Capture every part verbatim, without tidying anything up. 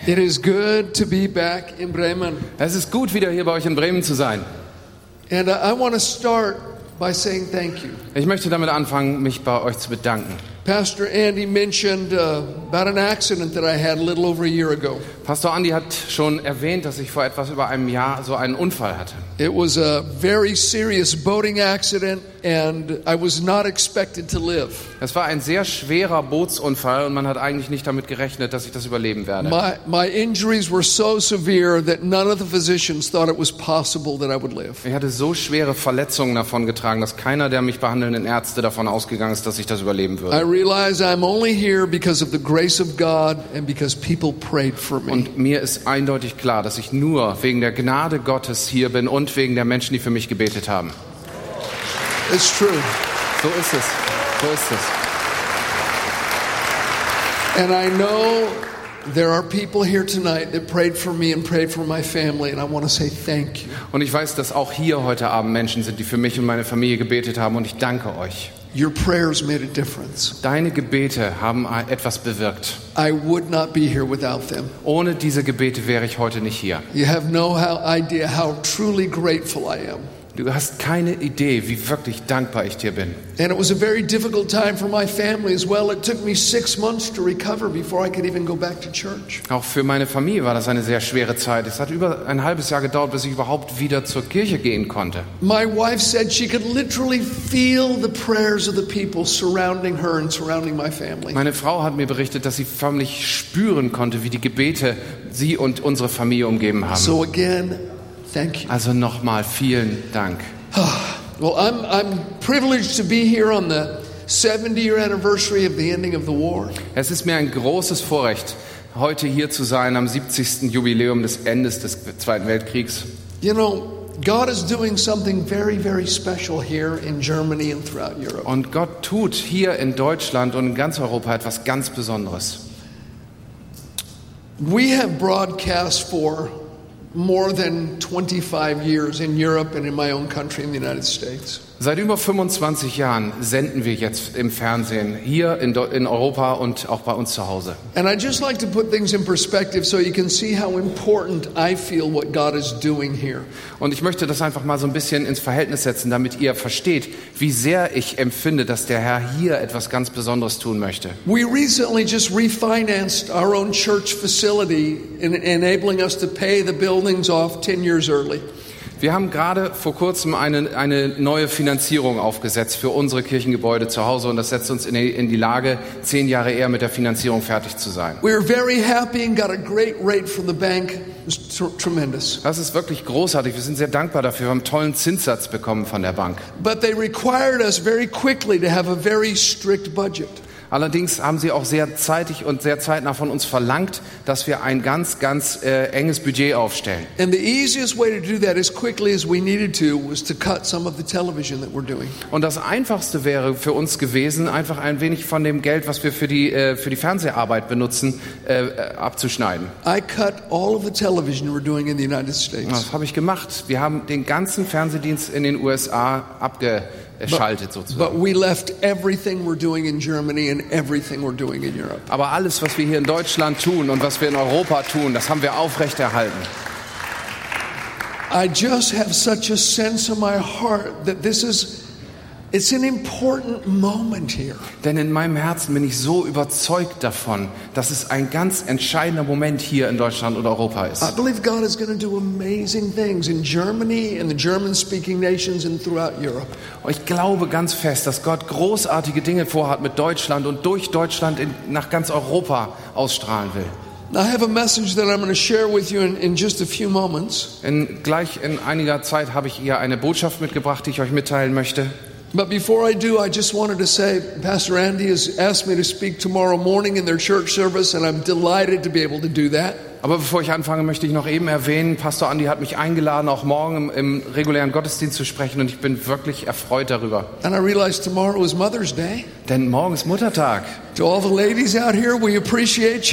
It is good to be back in Bremen. Es ist gut, wieder hier bei euch in Bremen zu sein. And uh, I want to start by saying thank you. Ich möchte damit anfangen, mich bei euch zu bedanken. Pastor Andy mentioned uh, about an accident that I had a little over a year ago. Pastor Andy hat schon erwähnt, dass ich vor etwas über einem Jahr so einen Unfall hatte. It was a very serious boating accident and I was not expected to live. Es war ein sehr schwerer Bootsunfall und man hat eigentlich nicht damit gerechnet, dass ich das überleben werde. My, my injuries were so severe that none of the physicians thought it was possible that I would live. Ich hatte so schwere Verletzungen davon getragen, dass keiner der mich behandelnden Ärzte davon ausgegangen ist, dass ich das überleben würde. I realize I'm only here because of the grace of God and because people prayed for me. Und mir ist eindeutig klar, dass ich nur wegen der Gnade Gottes hier bin und wegen der Menschen, die für mich gebetet haben. It's true. So ist es. So ist es. And I know there are people here tonight that prayed for me and prayed for my family, and I want to say thank you. Und ich weiß, dass auch hier heute Abend Menschen sind, die für mich und meine Familie gebetet haben, und ich danke euch. Your prayers made a difference. Deine Gebete haben etwas bewirkt. I would not be here without them. Ohne diese Gebete wäre ich heute nicht hier. You have no how, idea how truly grateful I am. Du hast keine Idee, wie wirklich dankbar ich dir bin. And it was a very difficult time for my family as well. It took me six months to recover before I could even go back to church. Auch für meine Familie war das eine sehr schwere Zeit. Es hat über ein halbes Jahr gedauert, bis ich überhaupt wieder zur Kirche gehen konnte. My wife said she could literally feel the prayers of the people surrounding her and surrounding my family. Meine Frau hat mir berichtet, dass sie förmlich spüren konnte, wie die Gebete sie und unsere Familie umgeben haben. So again, thank you. Also nochmal vielen Dank. Well, I'm I'm privileged to be here on the seventy-year anniversary of the ending of the war. Es ist mir ein großes Vorrecht, heute hier zu sein am siebzigsten Jubiläum des Endes des Zweiten Weltkriegs. You know, God is doing something very, very special here in Germany and throughout Europe. Und Gott tut hier in Deutschland und in ganz Europa etwas ganz Besonderes. We have broadcast for more than twenty-five years in Europe and in my own country in the United States. Seit über fünfundzwanzig Jahren senden wir jetzt im Fernsehen hier in, in Europa und auch bei uns zu Hause. And I just like to put things in perspective so you can see how important I feel what God is doing here. Und ich möchte das einfach mal so ein bisschen ins Verhältnis setzen, damit ihr versteht, wie sehr ich empfinde, dass der Herr hier etwas ganz Besonderes tun möchte. We recently just refinanced our own church facility, in enabling us to pay the buildings off ten years early. Wir haben gerade vor kurzem eine, eine neue Finanzierung aufgesetzt für unsere Kirchengebäude zu Hause, und das setzt uns in die, in die Lage, zehn Jahre eher mit der Finanzierung fertig zu sein. We were very happy and got a great rate from the bank. It was tr- tremendous. Das ist wirklich großartig. Wir sind sehr dankbar dafür. Wir haben einen tollen Zinssatz bekommen von der Bank. But they required us very quickly to have a very strict budget. Allerdings haben sie auch sehr zeitig und sehr zeitnah von uns verlangt, dass wir ein ganz, ganz äh, enges Budget aufstellen. And the easiest way to do that as quickly as we needed to was to cut some of the television that we're doing. Und das Einfachste wäre für uns gewesen, einfach ein wenig von dem Geld, was wir für die, äh, für die Fernseharbeit benutzen, äh, abzuschneiden. I cut all of the television we're doing in the United States. Das habe ich gemacht. Wir haben den ganzen Fernsehdienst in den U S A abgeschaltet sozusagen. But we left everything we're doing in Germany and everything we're doing in Europe. Aber alles, was wir hier in Deutschland tun und was wir in Europa tun, das haben wir aufrechterhalten. I just have such a sense in my heart that this is it's an important moment here. Denn in meinem Herzen bin ich so überzeugt davon, dass es ein ganz entscheidender Moment hier in Deutschland und Europa ist. I believe God is going to do amazing things in Germany and the German-speaking nations and throughout Europe. Und ich glaube ganz fest, dass Gott großartige Dinge vorhat mit Deutschland und durch Deutschland in, nach ganz Europa ausstrahlen will. I have a message that I'm going to share with you in, in just a few moments. In, gleich in einiger Zeit habe ich hier eine Botschaft mitgebracht, die ich euch mitteilen möchte. But before I do, I just wanted to say, Pastor Andy has asked me to speak tomorrow morning in their church service, and I'm delighted to be able to do that. Aber bevor ich anfange, möchte ich noch eben erwähnen, Pastor Andy hat mich eingeladen, auch morgen im, im regulären Gottesdienst zu sprechen, und ich bin wirklich erfreut darüber. And I realized tomorrow is Mother's Day. Denn morgen ist Muttertag. To all the ladies out here, we appreciate you.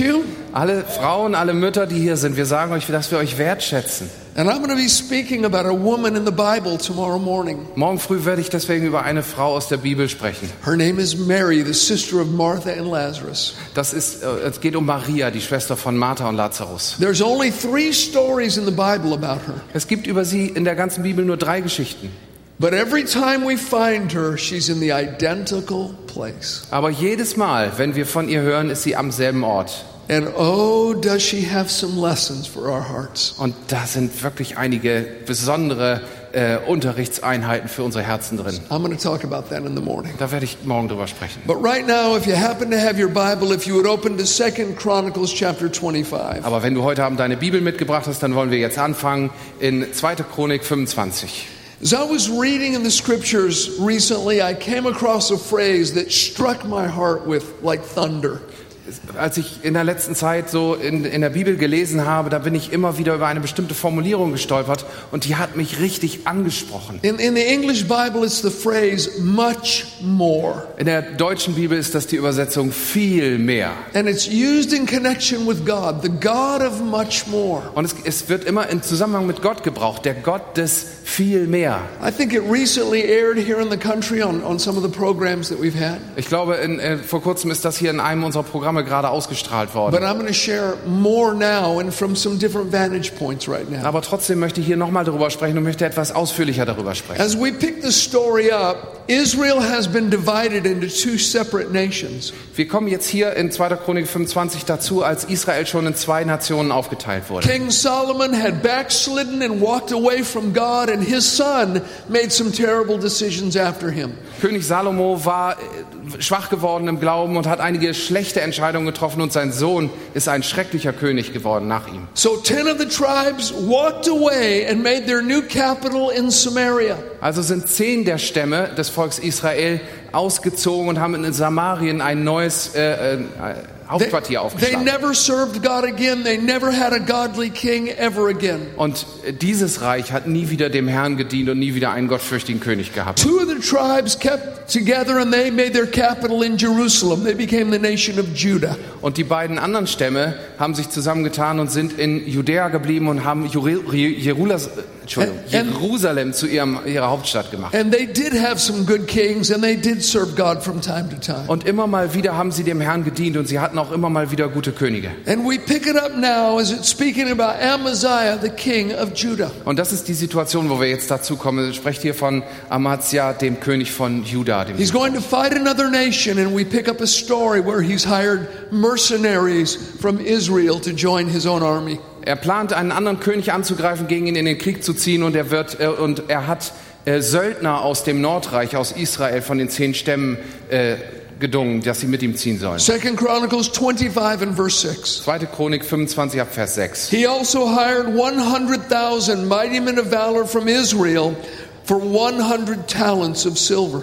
Alle Frauen, alle Mütter, die hier sind, wir sagen euch, dass wir euch wertschätzen. And I'm going to be speaking about a woman in the Bible tomorrow morning. Morgen früh werde ich deswegen über eine Frau aus der Bibel sprechen. Her name is Mary, the sister of Martha and Lazarus. Das ist, es geht um Maria, die Schwester von Martha und Lazarus. There's only three stories in the Bible about her. Es gibt über sie in der ganzen Bibel nur drei Geschichten. But every time we find her, she's in the identical place. Aber jedes Mal, wenn wir von ihr hören, ist sie am selben Ort. And oh, does she have some lessons for our hearts. Und da sind wirklich einige besondere äh, Unterrichtseinheiten für unsere Herzen drin. I'm going to talk about that in the morning. Da werde ich morgen drüber sprechen. But right now, if you happen to have your Bible, if you would open to Second Chronicles chapter twenty-five. Aber wenn du heute Abend deine Bibel mitgebracht hast, dann wollen wir jetzt anfangen in zweite Chronik fünfundzwanzig. As I was reading in the scriptures recently, I came across a phrase that struck my heart with like thunder. Als ich in der letzten Zeit so in, in der Bibel gelesen habe, da bin ich immer wieder über eine bestimmte Formulierung gestolpert und die hat mich richtig angesprochen. In, in the English Bible, it's the phrase much more. In der deutschen Bibel ist das die Übersetzung viel mehr. And it's used in connection with God, the God of much more. Und es, es wird immer im Zusammenhang mit Gott gebraucht, der Gott des viel mehr. I think it recently aired here in the country on, on some of the programs that we've had. Ich glaube, in, äh, vor kurzem ist das hier in einem unserer Programme gerade ausgestrahlt worden. But I'm going to share more now and from some different vantage points right now. Aber trotzdem möchte ich hier nochmal darüber sprechen und möchte etwas ausführlicher darüber sprechen. As we pick the story up, Israel has been divided into two separate nations. Wir kommen jetzt hier in zweite Chronik fünfundzwanzig dazu, als Israel schon in zwei Nationen aufgeteilt wurde. King Solomon had backslidden and walked away from God, and his son made some terrible decisions after him. König Salomo war schwach geworden im Glauben und hat einige schlechte Entscheidungen getroffen und sein Sohn ist ein schrecklicher König geworden nach ihm. So ten of the tribes walked away and made their new capital in Samaria. Also sind zehn der Stämme des Volks Israel ausgezogen und haben in Samarien ein neues äh, äh, Hauptquartier They aufgeschlagen. never served God again. They never had a godly king ever again. Und dieses Reich hat nie wieder dem Herrn gedient und nie wieder einen gottfürchtigen König gehabt. Two of the tribes kept together and they made their capital in Jerusalem. They became the nation of Judah. Und die beiden anderen Stämme haben sich zusammengetan und sind in Judäa geblieben und haben Jeru- Jerulas- Entschuldigung, And- Jerusalem zu ihrem, ihrer Hauptstadt gemacht. And they did have some good kings and they did serve God from time to time. Und immer mal wieder haben sie dem Herrn gedient und sie hatten auch immer mal wieder gute Könige. And we pick it up now as it's speaking about Amaziah, the king of Judah. Und das ist die Situation, wo wir jetzt dazu kommen. Es spricht hier von Amazia, dem König von Juda. Dem He's going to fight another nation, and we pick up a story where he's hired mercenaries from Israel to join his own army. Er plant, einen anderen König anzugreifen, gegen ihn in den Krieg zu ziehen, und er wird äh, und er hat äh, Söldner aus dem Nordreich, aus Israel, von den zehn Stämmen äh, gedungen, dass sie mit ihm ziehen sollen. Second Chronicles twenty-five and verse six. zweite Chronik fünfundzwanzig ab Vers sechs. He also hired one hundred thousand mighty men of valor from Israel for one hundred talents of silver.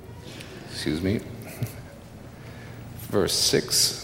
Excuse me. Verse six.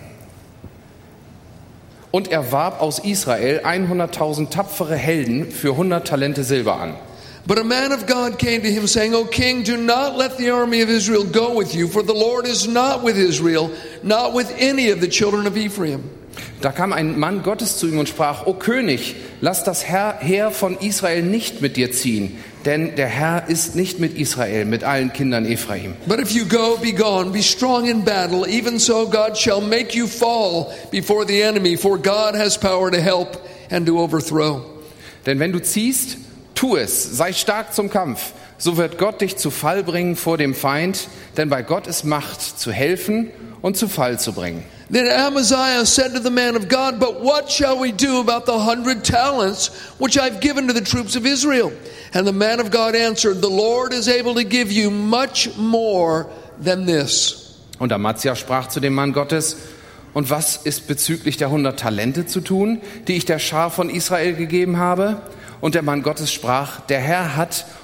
Und er warb aus Israel hunderttausend tapfere Helden für hundert Talente Silber an. But a man of God came to him, saying, O king, do not let the army of Israel go with you, for the Lord is not with Israel, not with any of the children of Ephraim. Da kam ein Mann Gottes zu ihm und sprach: O König, lass das Heer von Israel nicht mit dir ziehen, denn der Herr ist nicht mit Israel, mit allen Kindern Ephraim. But if you go, be gone, be strong in battle. Even so, God shall make you fall before the enemy, for God has power to help and to overthrow. Denn wenn du ziehst, tu es, sei stark zum Kampf, so wird Gott dich zu Fall bringen vor dem Feind, denn bei Gott ist Macht, zu helfen und zu Fall zu bringen. Then Amaziah said to the man of God, But what shall we do about the hundred talents which I've given to the troops of Israel? And the man of God answered, The Lord is able to give you much more than this. Und Amazia sprach zu dem Mann Gottes: Und was ist bezüglich der hundert Talente zu tun, die ich der Schar von Israel gegeben habe? Und der Mann Gottes sprach: Der Herr hat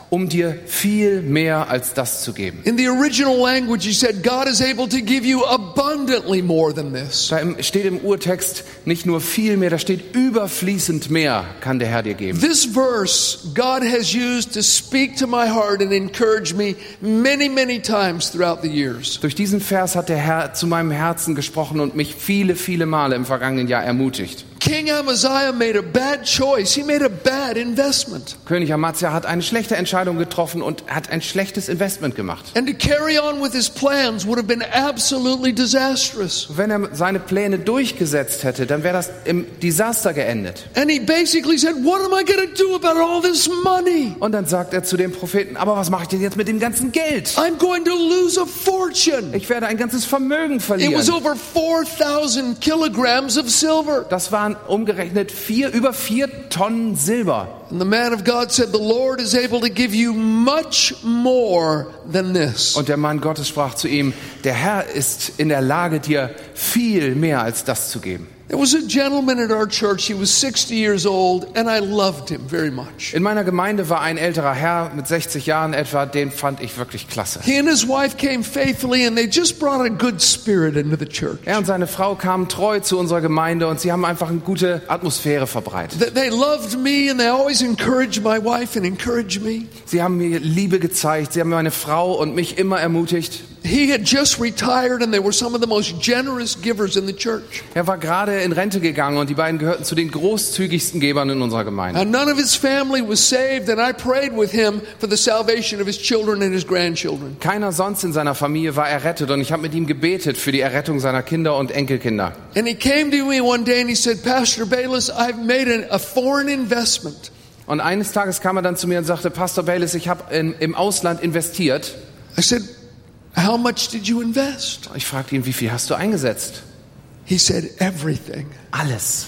um dir viel mehr als das zu geben. In the original language, he said, God is able to give you abundantly more than this. Da steht im Urtext nicht nur viel mehr, da steht überfließend mehr kann der Herr dir geben. This verse, God has used to speak to my heart and encourage me many, many times throughout the years. Durch diesen Vers hat der Herr zu meinem Herzen gesprochen und mich viele, viele Male im vergangenen Jahr ermutigt. King Amaziah made a bad choice. He made a bad investment. König Amazia hat eine schlechte Entscheidung getroffen und hat ein schlechtes Investment gemacht. And to carry on with his plans would have been absolutely disastrous. Wenn er seine Pläne durchgesetzt hätte, dann wäre das im Desaster geendet. And he basically said, what am I going to do about all this money? Und dann sagt er zu dem Propheten, aber was mache ich denn jetzt mit dem ganzen Geld? I'm going to lose a fortune. Ich werde ein ganzes Vermögen It verlieren. was over four thousand kilograms of silver. Das waren umgerechnet vier, über vier Tonnen Silber. And the man of God said, the Lord is able to give you much more than this. Und der Mann Gottes sprach zu ihm, der Herr ist in der Lage, dir viel mehr als das zu geben. There was a gentleman at our church. He was sixty years old, and I loved him very much. In meiner Gemeinde war ein älterer Herr mit sechzig Jahren etwa, den fand ich wirklich klasse. He and his wife came faithfully, and they just brought a good spirit into the church. Er und seine Frau kamen treu zu unserer Gemeinde und sie haben einfach eine gute Atmosphäre verbreitet. They- They loved me, and they always encouraged my wife and encouraged me. Sie haben mir Liebe gezeigt, sie haben meine Frau und mich immer ermutigt. He had just retired, and they were some of the most generous givers in the church. Er war gerade in Rente gegangen und die beiden gehörten zu den großzügigsten Gebern in unserer Gemeinde. And none of his family was saved, and I prayed with him for the salvation of his children and his grandchildren. Keiner sonst in seiner Familie war errettet und ich habe mit ihm gebetet für die Errettung seiner Kinder und Enkelkinder. And he came to me one day and he said, Pastor Bayless, I've made an, a foreign investment. Und eines Tages kam er dann zu mir und sagte, Pastor Bayless, ich habe im Ausland investiert. I said, how much did you invest? Ich fragte ihn, wie viel hast du eingesetzt? He said, everything. Alles.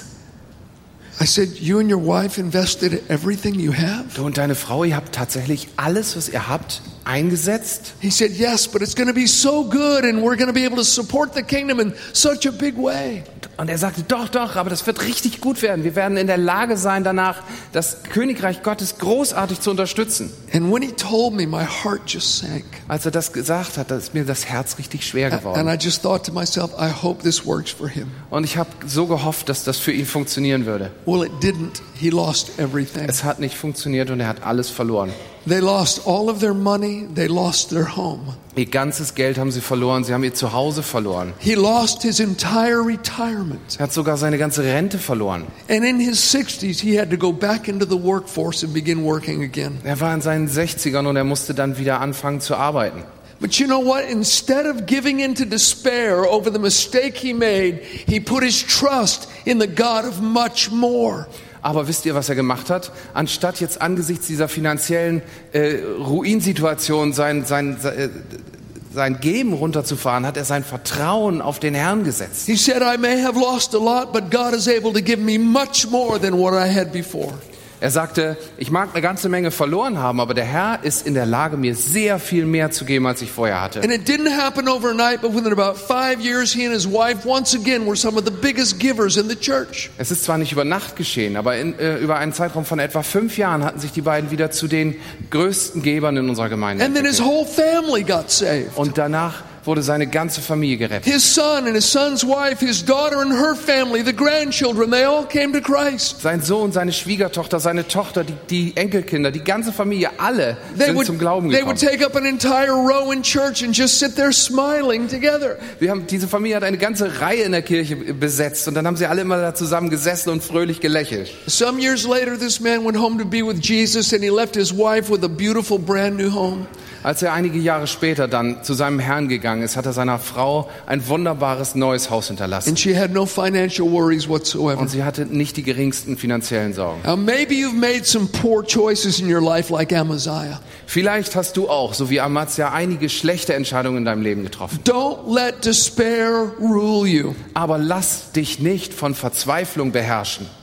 I said, you and your wife invested everything you have? Du und deine Frau, ihr habt tatsächlich alles, was ihr habt, eingesetzt? He said, yes, but it's going to be so good and we're going to be able to support the kingdom in such a big way. Und er sagte, doch, doch, aber das wird richtig gut werden. Wir werden in der Lage sein, danach das Königreich Gottes großartig zu unterstützen. And when he told me, my heart just sank. Als er das gesagt hat, da ist mir das Herz richtig schwer And geworden. I just thought to myself, I hope this works for him. Und ich habe so gehofft, dass das für ihn funktionieren würde. Well, it didn't. He lost everything. Es hat nicht funktioniert und er hat alles verloren. They lost all of their money. They lost their home. Ihr ganzes Geld haben sie verloren, sie haben ihr Zuhause verloren. He lost his entire retirement. Er hat sogar seine ganze Rente verloren. And in his sixties, he had to go back into the workforce and begin working again. Er war in seinen sechzigern und er musste dann wieder anfangen zu arbeiten. But you know what? Instead of giving into despair over the mistake he made, he put his trust in the God of much more. Aber wisst ihr, was er gemacht hat? Anstatt jetzt angesichts dieser finanziellen äh, Ruinsituation sein, sein, sein, sein Geben runterzufahren, hat er sein Vertrauen auf den Herrn gesetzt. He said, I may have lost a lot, but God is able to give me much more than what I had before. Er sagte, ich mag eine ganze Menge verloren haben, aber der Herr ist in der Lage, mir sehr viel mehr zu geben, als ich vorher hatte. And it didn't happen overnight, but within about five years, he and his wife once again were some of the biggest givers in the church. Es ist zwar nicht über Nacht geschehen, aber in, äh, über einen Zeitraum von etwa fünf Jahren hatten sich die beiden wieder zu den größten Gebern in unserer Gemeinde And then his entwickelt. whole family got saved. Und danach wurde seine ganze Familie gerettet. His son and his son's wife, his daughter and her family, the grandchildren, they all came to Christ. Sein Sohn, seine Schwiegertochter, seine Tochter, die, die Enkelkinder, die ganze Familie, alle They sind would, zum Glauben they gekommen. would take up an entire row in church and just sit there smiling together. Wir haben, diese Familie hat eine ganze Reihe in der Kirche besetzt und dann haben sie alle immer da zusammen gesessen und fröhlich gelächelt. Some years later, this man went home to be with Jesus and he left his wife with a beautiful brand new home. Als er einige Jahre später dann zu seinem Herrn gegangen ist, hat er seiner Frau ein wunderbares neues Haus hinterlassen. And she had no financial worries whatsoever. Und sie hatte nicht die geringsten finanziellen Sorgen. Now, maybe you've made some poor choices in your life like Amaziah. Vielleicht hast du auch, so wie Amazia, einige schlechte Entscheidungen in deinem Leben getroffen. Don't let despair rule you. Aber lass dich nicht von Verzweiflung beherrschen.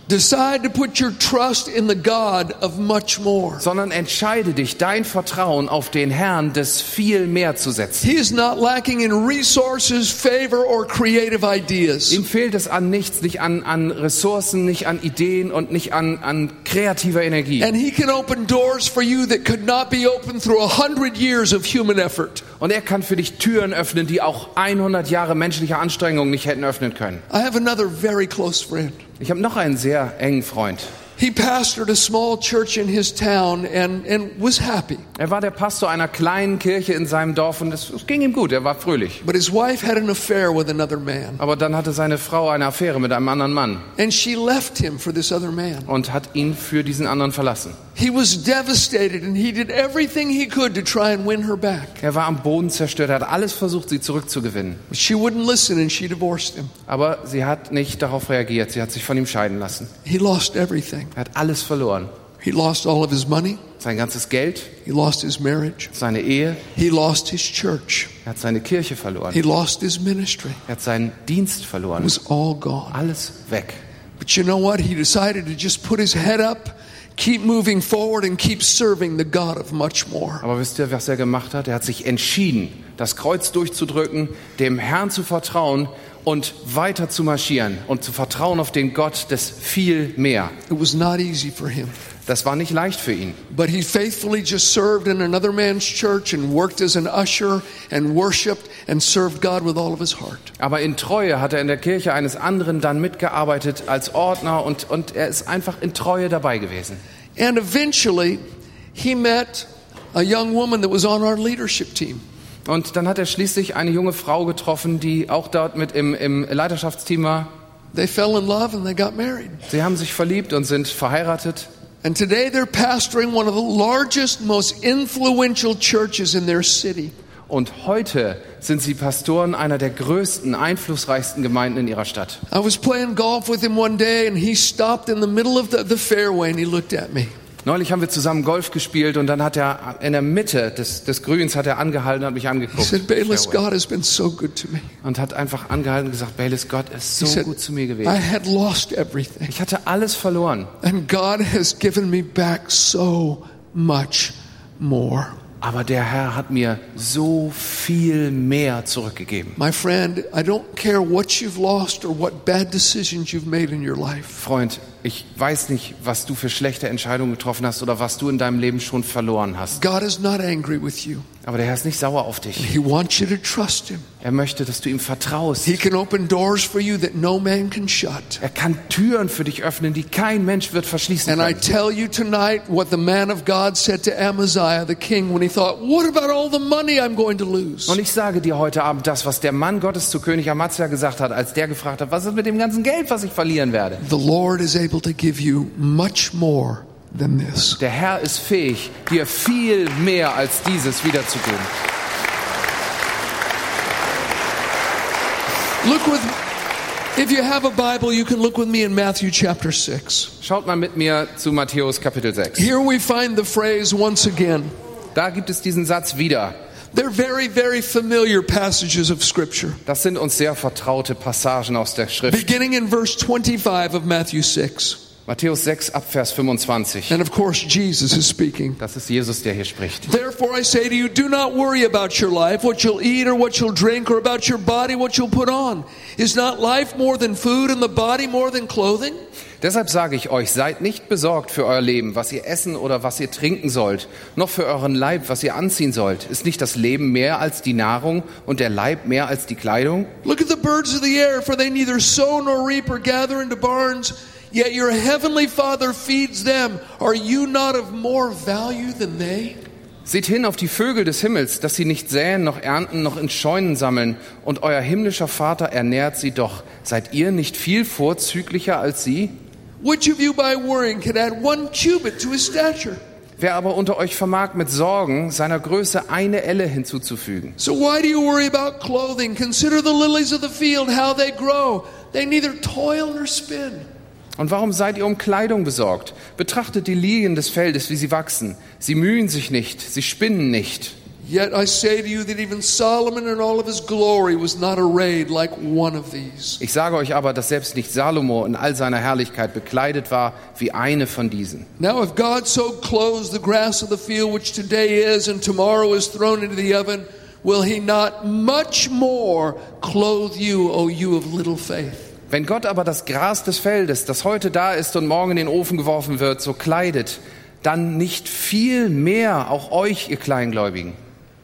Decide to put your trust in the God of much more. Sondern entscheide dich, dein Vertrauen auf den Herrn des viel mehr zu setzen. He is not lacking in resources, favor or creative ideas. Ihm fehlt es an nichts, nicht an, an Ressourcen, nicht an Ideen und nicht an, an kreativer Energie. And he can open doors for you that could not be opened through a hundred years of human effort. Und er kann für dich Türen öffnen, die auch hundert Jahre menschlicher Anstrengung nicht hätten öffnen können. I have another very close friend. Ich habe noch einen sehr engen Freund. He pastored a small church in his town and, and was happy. Er war der Pastor einer kleinen Kirche in seinem Dorf und es, es ging ihm gut, er war fröhlich. But his wife had an affair with another man. Aber dann hatte seine Frau eine Affäre mit einem anderen Mann. And she left him for this other man. Und hat ihn für diesen anderen verlassen. He was devastated and he did everything he could to try and win her back. Er war am Boden zerstört, er hat alles versucht, sie zurückzugewinnen. But she wouldn't listen and she divorced him. Aber sie hat nicht darauf reagiert, sie hat sich von ihm scheiden lassen. He lost everything. Er hat alles verloren. He lost all of his money. Sein ganzes Geld. He lost his marriage. Seine Ehe. He lost his church. Er hat seine Kirche verloren. He lost his ministry. Er hat seinen Dienst It verloren. was all gone. Alles weg. But you know what? He decided to just put his head up, keep moving forward and keep serving the God of much more. Aber wisst ihr, was er gemacht hat? Er hat sich entschieden, das Kreuz durchzudrücken, dem Herrn zu vertrauen und weiter zu marschieren und zu vertrauen auf den Gott des viel mehr. It was not easy for him. Das war nicht leicht für ihn. But he faithfully just served in another man's church and worked as an usher and worshiped and served God with all of his heart. Aber in Treue hat er in der Kirche eines anderen dann mitgearbeitet als Ordner und, und er ist einfach in Treue dabei gewesen. And eventually he met a young woman that was on our leadership team. Und dann hat er schließlich eine junge Frau getroffen, die auch dort mit im, im Leiterschaftsteam war. They fell in love and they got married. Sie haben sich verliebt und sind verheiratet. And today they're pastoring one of the largest, most influential churches in their city. Und heute sind sie Pastoren einer der größten, einflussreichsten Gemeinden in ihrer Stadt. I was playing golf with him one day and he stopped in the middle of the, the fairway and he looked at me. Neulich haben wir zusammen Golf gespielt und dann hat er in der Mitte des, des Grüns hat er angehalten und hat mich He angeguckt. said, Bayless, God has been so good to me. Und hat einfach angehalten und gesagt, Bayless, Gott ist He so said, gut zu mir I gewesen. had lost everything. Ich hatte alles verloren. And God has given me back so much more. Aber der Herr hat mir so viel mehr zurückgegeben. My friend, I don't care what you've lost or what bad decisions you've made in your life. Freund, ich weiß nicht, was du für schlechte Entscheidungen getroffen hast oder was du in deinem Leben schon verloren hast. God is not angry with you. Aber der Herr ist nicht sauer auf dich. He wants you to trust Him. Er möchte, dass du ihm vertraust. He can open doors for you that no man can shut. Er kann Türen für dich öffnen, die kein Mensch wird verschließen And I können. tell you tonight what the man of God said to Amaziah, the king, when he thought, what about all the money I'm going to lose? Und ich sage dir heute Abend das, was der Mann Gottes zu König Amazia gesagt hat, als der gefragt hat, was ist mit dem ganzen Geld, was ich verlieren werde? The Lord is able to give you much more than this. Der Herr ist fähig, dir viel mehr als dieses wiederzugeben. Look with, if you have a Bible, you can look with me in Matthew chapter six. Schaut mal mit mir zu Matthäus Kapitel sechs. Here we find the phrase once again. Da gibt es diesen Satz wieder. They're very, very familiar passages of Scripture. Das sind uns sehr vertraute Passagen aus der Schrift. Beginning in verse twenty-five of Matthew six. Matthäus sechs ab Vers fünfundzwanzig. And of course, Jesus is speaking. Das ist Jesus, der hier spricht. Therefore I say to you, do not worry about your life, what you'll eat or what you'll drink, or about your body, what you'll put on. Is not life more than food and the body more than clothing? Deshalb sage ich euch, seid nicht besorgt für euer Leben, was ihr essen oder was ihr trinken sollt, noch für euren Leib, was ihr anziehen sollt. Ist nicht das Leben mehr als die Nahrung und der Leib mehr als die Kleidung? Look at the birds of the air, for they neither sow nor reap or gather into barns, yet your heavenly Father feeds them. Are you not of more value than they? Seht hin auf die Vögel des Himmels, dass sie nicht säen, noch ernten, noch in Scheunen sammeln, und euer himmlischer Vater ernährt sie doch. Seid ihr nicht viel vorzüglicher als sie? Which of you by worrying can add one cubit to his stature? Wer aber unter euch vermag mit Sorgen seiner Größe eine Elle hinzuzufügen? So why do you worry about clothing? Consider the lilies of the field, how they grow. They neither toil nor spin. Und warum seid ihr um Kleidung besorgt? Betrachtet die Lilien des Feldes, wie sie wachsen. Sie mühen sich nicht, sie spinnen nicht. Yet I say to you that even Solomon in all of his glory was not arrayed like one of these. Ich sage euch aber, dass selbst nicht Salomo in all seiner Herrlichkeit bekleidet war wie eine von diesen. Now if God so clothes the grass of the field, which today is and tomorrow is thrown into the oven, will he not much more clothe you, O you of little faith? Wenn Gott aber das Gras des Feldes, das heute da ist und morgen in den Ofen geworfen wird, so kleidet, dann nicht viel mehr auch euch, ihr Kleingläubigen.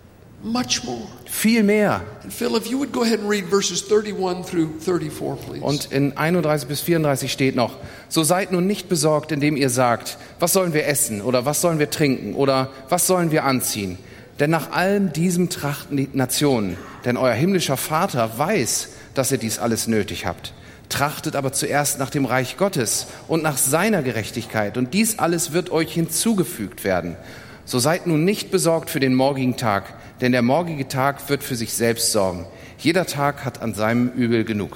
Much more. Viel mehr. And Phil, if you would go ahead and read verses thirty-one through thirty-four, please. Und in einunddreißig bis vierunddreißig steht noch: So seid nun nicht besorgt, indem ihr sagt, was sollen wir essen oder was sollen wir trinken oder was sollen wir anziehen? Denn nach allem diesem trachten die Nationen. Denn euer himmlischer Vater weiß, dass ihr dies alles nötig habt. Trachtet aber zuerst nach dem Reich Gottes und nach seiner Gerechtigkeit, und dies alles wird euch hinzugefügt werden. So seid nun nicht besorgt für den morgigen Tag, denn der morgige Tag wird für sich selbst sorgen. Jeder Tag hat an seinem Übel genug.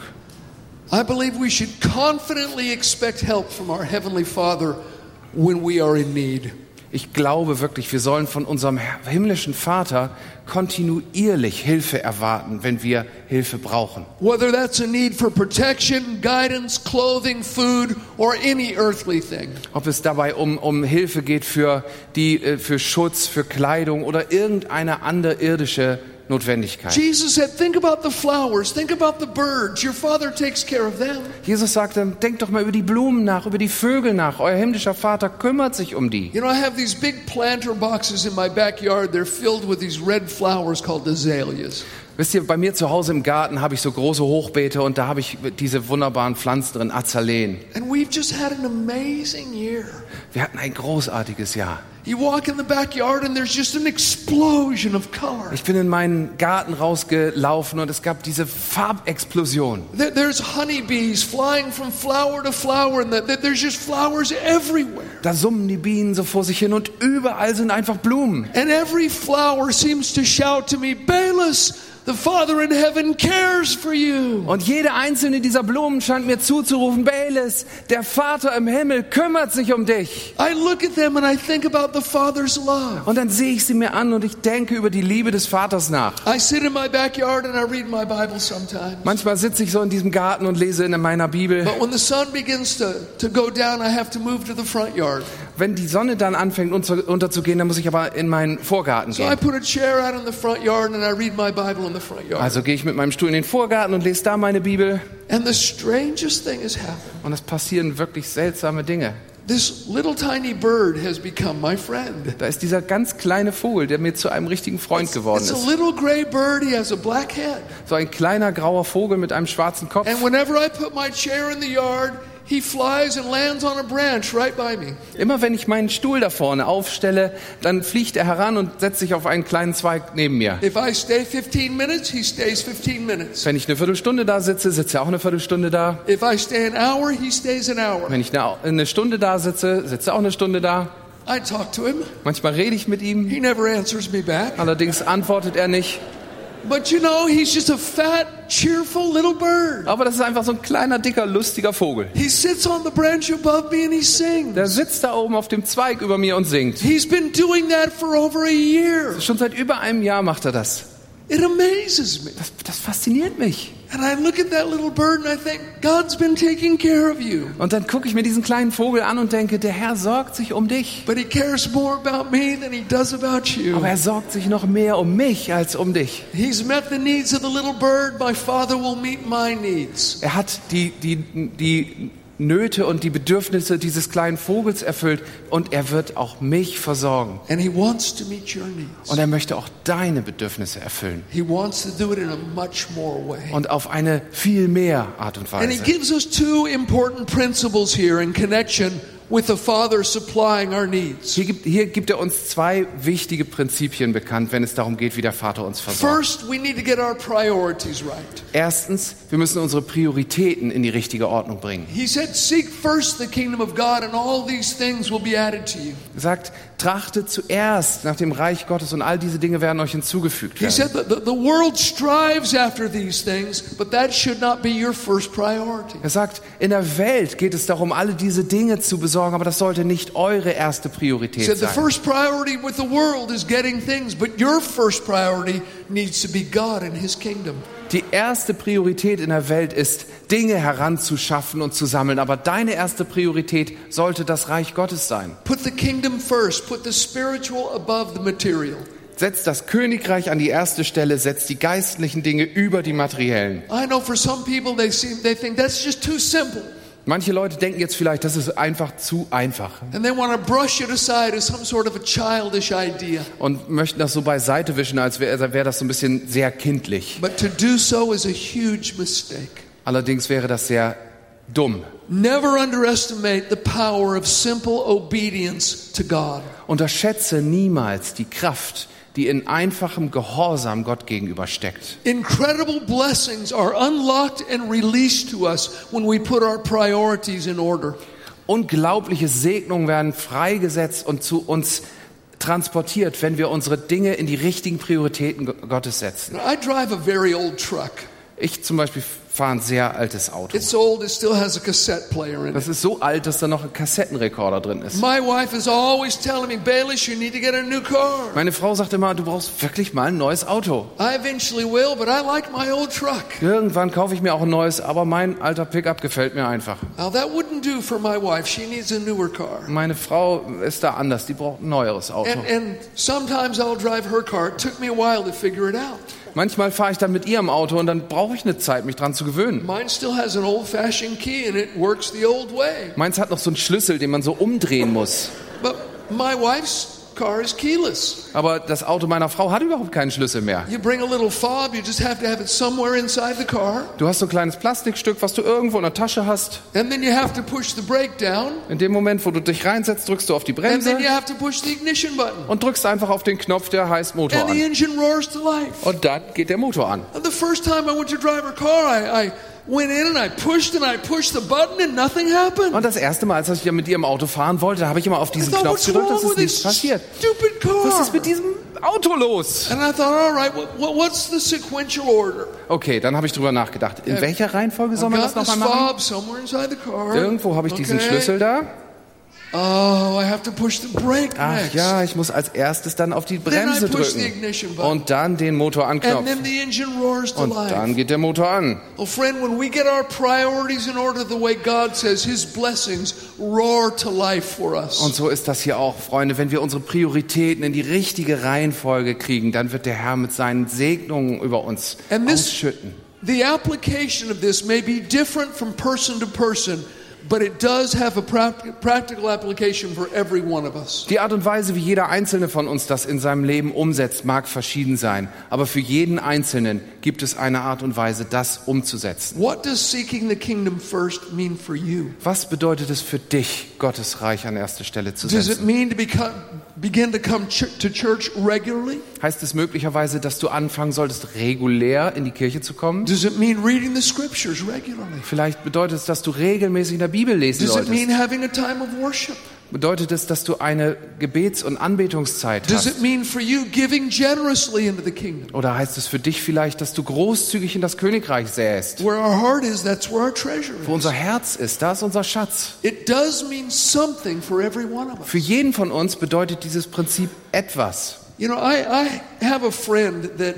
I believe we should confidently expect help from our Heavenly Father when we are in need. Ich glaube wirklich, wir sollen von unserem himmlischen Vater kontinuierlich Hilfe erwarten, wenn wir Hilfe brauchen. Whether that's a need for protection, guidance, clothing, food, or any earthly thing. Ob es dabei um, um Hilfe geht für, die, für Schutz, für Kleidung oder irgendeine andere irdische Notwendigkeit. Jesus said, think about the flowers, think about the birds. Your Father takes care of them. Jesus sagte, denkt doch mal über die Blumen nach, über die Vögel nach. Euer himmlischer Vater kümmert sich um die. You know, I have these big planter boxes in my backyard. They're filled with these red flowers called azaleas. Wisst ihr, bei mir zu Hause im Garten habe ich so große Hochbeete und da habe ich diese wunderbaren Pflanzen drin, Azaleen. And we've just had an amazing year. Wir hatten ein großartiges Jahr. You walk in the backyard and there's just an explosion of color. Ich bin in meinen Garten rausgelaufen und es gab diese Farbexplosion. There, there's honeybees flying from flower to flower and the, there's just flowers everywhere. Da summen die Bienen so vor sich hin und überall sind einfach Blumen. And every flower seems to shout to me, Bayless, the Father in heaven cares for you. Und jede einzelne dieser Blumen scheint mir zuzurufen, Bayless, der Vater im Himmel kümmert sich um dich. I look at them and I think about the Father's love. Und dann sehe ich sie mir an und ich denke über die Liebe des Vaters nach. I sit in my backyard and I read my Bible sometimes. Manchmal sitze ich so in diesem Garten und lese in meiner Bibel. But when the sun begins to, to go down, I have to move to the front yard. Wenn die Sonne dann anfängt unterzugehen, dann muss ich aber in meinen Vorgarten So I gehen. put a chair out in the front yard and I read my Bible in the front yard. Also gehe ich mit meinem Stuhl in den Vorgarten und lese da meine Bibel. And the strangest thing has happened. Und es passieren wirklich seltsame Dinge. This little tiny bird has become my friend. Da ist dieser ganz kleine Vogel, der mir zu einem richtigen Freund geworden It's a ist. little gray bird. He has a black head. So ein kleiner grauer Vogel mit einem schwarzen Kopf. And whenever I put my chair in the yard, he flies and lands on a branch right by me. Immer wenn ich meinen Stuhl da vorne aufstelle, dann fliegt er heran und setzt sich auf einen kleinen Zweig neben mir. If I stay fifteen minutes, he stays fifteen minutes. Wenn ich eine Viertelstunde da sitze, sitzt er auch eine Viertelstunde da. If I stay an hour, he stays an hour. Wenn ich eine, eine Stunde da sitze, sitzt er auch eine Stunde da. I talk to him. Manchmal rede ich mit ihm, He never answers me back. allerdings antwortet er nicht. But you know, he's just a fat, cheerful little bird. Aber das ist einfach so ein kleiner, dicker, lustiger Vogel. He sits on the branch above me and he sings. Der sitzt da oben auf dem Zweig über mir und singt. He's been doing that for over a year. Schon seit über einem Jahr macht er das. It amazes me. Das, das fasziniert mich. And I look at that little bird and I think, God's been taking care of you. Und dann gucke ich mir diesen kleinen Vogel an und denke, der Herr sorgt sich um dich. But he cares more about me than he does about you. Aber er sorgt sich noch mehr um mich als um dich. He's met the needs of the little bird. My Father will meet my needs. Er hat die, die, die Nöte und die Bedürfnisse dieses kleinen Vogels erfüllt und er wird auch mich versorgen. And he wants to meet your needs. Und er möchte auch deine Bedürfnisse erfüllen. He wants to do it in a much more way. Und auf eine viel mehr Art und And he Weise. gives us two important principles here in connection with the Father supplying our needs. Hier gibt, hier gibt er uns zwei wichtige Prinzipien bekannt, wenn es darum geht, wie der Vater uns versorgt. First, we need to get our priorities right. Erstens, wir müssen unsere Prioritäten in die richtige Ordnung bringen. He said, seek first the kingdom of God and all these things will be added to you. Er sagt, trachtet zuerst nach dem Reich Gottes und all diese Dinge werden euch hinzugefügt He werden. said that the, the world strives after these things, but that should not be your first priority. Er sagt, in der Welt geht es darum, alle diese Dinge zu besorgen, sorgen, aber das sollte nicht eure erste He Priorität said the sein. first priority with the world is getting things, but your first priority needs to be God and His kingdom. Die erste Priorität in der Welt ist, Dinge heranzuschaffen und zu sammeln. Aber deine erste Priorität sollte das Reich Gottes sein. Put the kingdom first. Put the spiritual above the material. Setz das Königreich an die erste Stelle, setz die geistlichen Dinge über die materiellen. I know for some people they seem they think that's just too simple. Manche Leute denken jetzt vielleicht, das ist einfach zu einfach And they want to brush it aside as some sort of a childish idea. und möchten das so beiseite wischen, als wäre wär das so ein bisschen sehr kindlich. But to do so is a huge mistake. Allerdings wäre das sehr dumm. Never underestimate the power of simple obedience to God. Unterschätze niemals die Kraft, die in einfachem Gehorsam Gott gegenüber steckt. Incredible blessings are unlocked and released to us when we put our priorities in order. Unglaubliche Segnungen werden freigesetzt und zu uns transportiert, wenn wir unsere Dinge in die richtigen Prioritäten Gottes setzen. I drive a very old truck. Ich zum Beispiel fahre ein sehr altes Auto. It's old, it still has a cassette player in Das it. ist so alt, dass da noch ein Kassettenrekorder drin ist. My wife is always telling me, Baelish, you need to get a new car. Meine Frau sagt immer, du brauchst wirklich mal ein neues Auto. I eventually will, but I like my old truck. Irgendwann kaufe ich mir auch ein neues, aber mein alter Pickup gefällt mir einfach. Now that wouldn't do for my wife. She needs a newer car. Meine Frau ist da anders, die braucht ein neueres Auto. And, and sometimes I'll drive her car. It took me a while to figure it out. Manchmal fahre ich dann mit ihrem Auto und dann brauche ich eine Zeit, mich dran zu gewöhnen. Mine still has an old-fashioned key and it works the old way. Meins hat noch so einen Schlüssel, den man so umdrehen muss. But my wife's car is keyless. Aber das Auto meiner Frau hat überhaupt keinen Schlüssel mehr. You bring a little fob, you just have to have it somewhere inside the car. Du hast so ein kleines Plastikstück, was du irgendwo in der Tasche hast. And then you have to push the brake down. In dem Moment, wo du dich reinsetzt, drückst du auf die And then Bremse you have to push the ignition button. und drückst einfach auf den Knopf, der heißt Motor And the an. engine roars to life. Und dann geht der Motor an. And the first time I went to drive her car, I, I went in and I pushed and I pushed the button and nothing happened. Und das erste Mal, als ich ja mit ihr im Auto fahren wollte, da habe ich immer auf I diesen thought, Knopf what's gedrückt, wrong dass es with nichts this passiert. stupid car? Was ist mit diesem Auto los? And I thought, all right, what, what, what's the sequential order? Okay, dann habe ich drüber nachgedacht. In welcher Reihenfolge soll I've man das got this nochmal machen? fob somewhere inside the car. Irgendwo habe ich diesen Okay. Schlüssel da. Oh, I have to push the brake Ach next. ja, ich muss als erstes dann auf die Then I Bremse push the drücken ignition button. und dann den Motor And anknopfen. then the engine roars to Und life. dann geht der Motor an. Oh, friend, when we get our priorities in order the way God says, His blessings roar to life for us. Und so ist das hier auch, Freunde. Wenn wir unsere Prioritäten in die richtige Reihenfolge kriegen, dann wird der Herr mit seinen Segnungen über uns And this- ausschütten. The application of this may be different from person to person, but it does have a prac- practical application for every one of us. Die Art und Weise, wie jeder Einzelne von uns das in seinem Leben umsetzt, mag verschieden sein. Aber für jeden Einzelnen gibt es eine Art und Weise, das umzusetzen. What does seeking the kingdom first mean for you? Was bedeutet es für dich, Gottes Reich an erste Stelle zu Does it setzen? mean to become, begin to come ch- to church regularly? Heißt es möglicherweise, dass du anfangen solltest, regulär in die Kirche zu kommen? Does it mean reading the scriptures regularly? Vielleicht bedeutet es, dass du regelmäßig in der Bibel lesen Does it mean solltest. having a time of worship? Bedeutet es, dass du eine Gebets- und Anbetungszeit Does it hast? mean for you giving generously into the kingdom? Oder heißt es für dich vielleicht, dass du großzügig in das Königreich säst? Where our heart is, that's where our treasure Wo unser is. Herz ist, da ist unser Schatz. It does mean something for every one of us. Für jeden von uns bedeutet dieses Prinzip etwas. You know, I, I have a friend that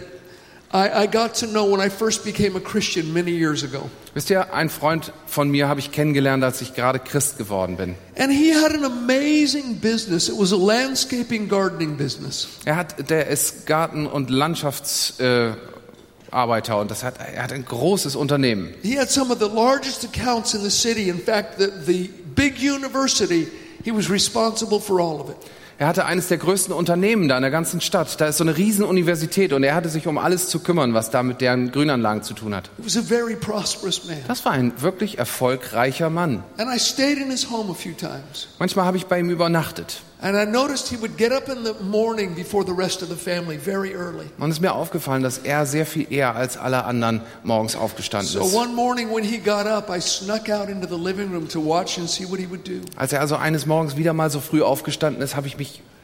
I, I got to know when I first became a Christian many years ago. Wisst ihr, ein Freund von mir habe ich kennengelernt, als ich gerade Christ geworden bin. And he had an amazing business. It was a landscaping gardening business. Er hat, der ist Garten- und Landschaftsarbeiter äh, Arbeiter und das hat, er hat ein großes Unternehmen. He had some of the largest accounts in the city. In fact, the, the big university, he was responsible for all of it. Er hatte eines der größten Unternehmen da in der ganzen Stadt. Da ist so eine riesen Universität und er hatte sich um alles zu kümmern, was da mit deren Grünanlagen zu tun hat. He was a very prosperous man. Das war ein wirklich erfolgreicher Mann. And I stayed in his home a few times. Manchmal habe ich bei ihm übernachtet. And I noticed he would get up in the morning before the rest of the family very early. Und es ist mir aufgefallen, dass er sehr viel eher als alle anderen morgens aufgestanden So ist. one morning when he got up, I snuck out into the living room to watch and see what he would do. Als er also eines Morgens wieder mal so früh aufgestanden ist, habe ich mich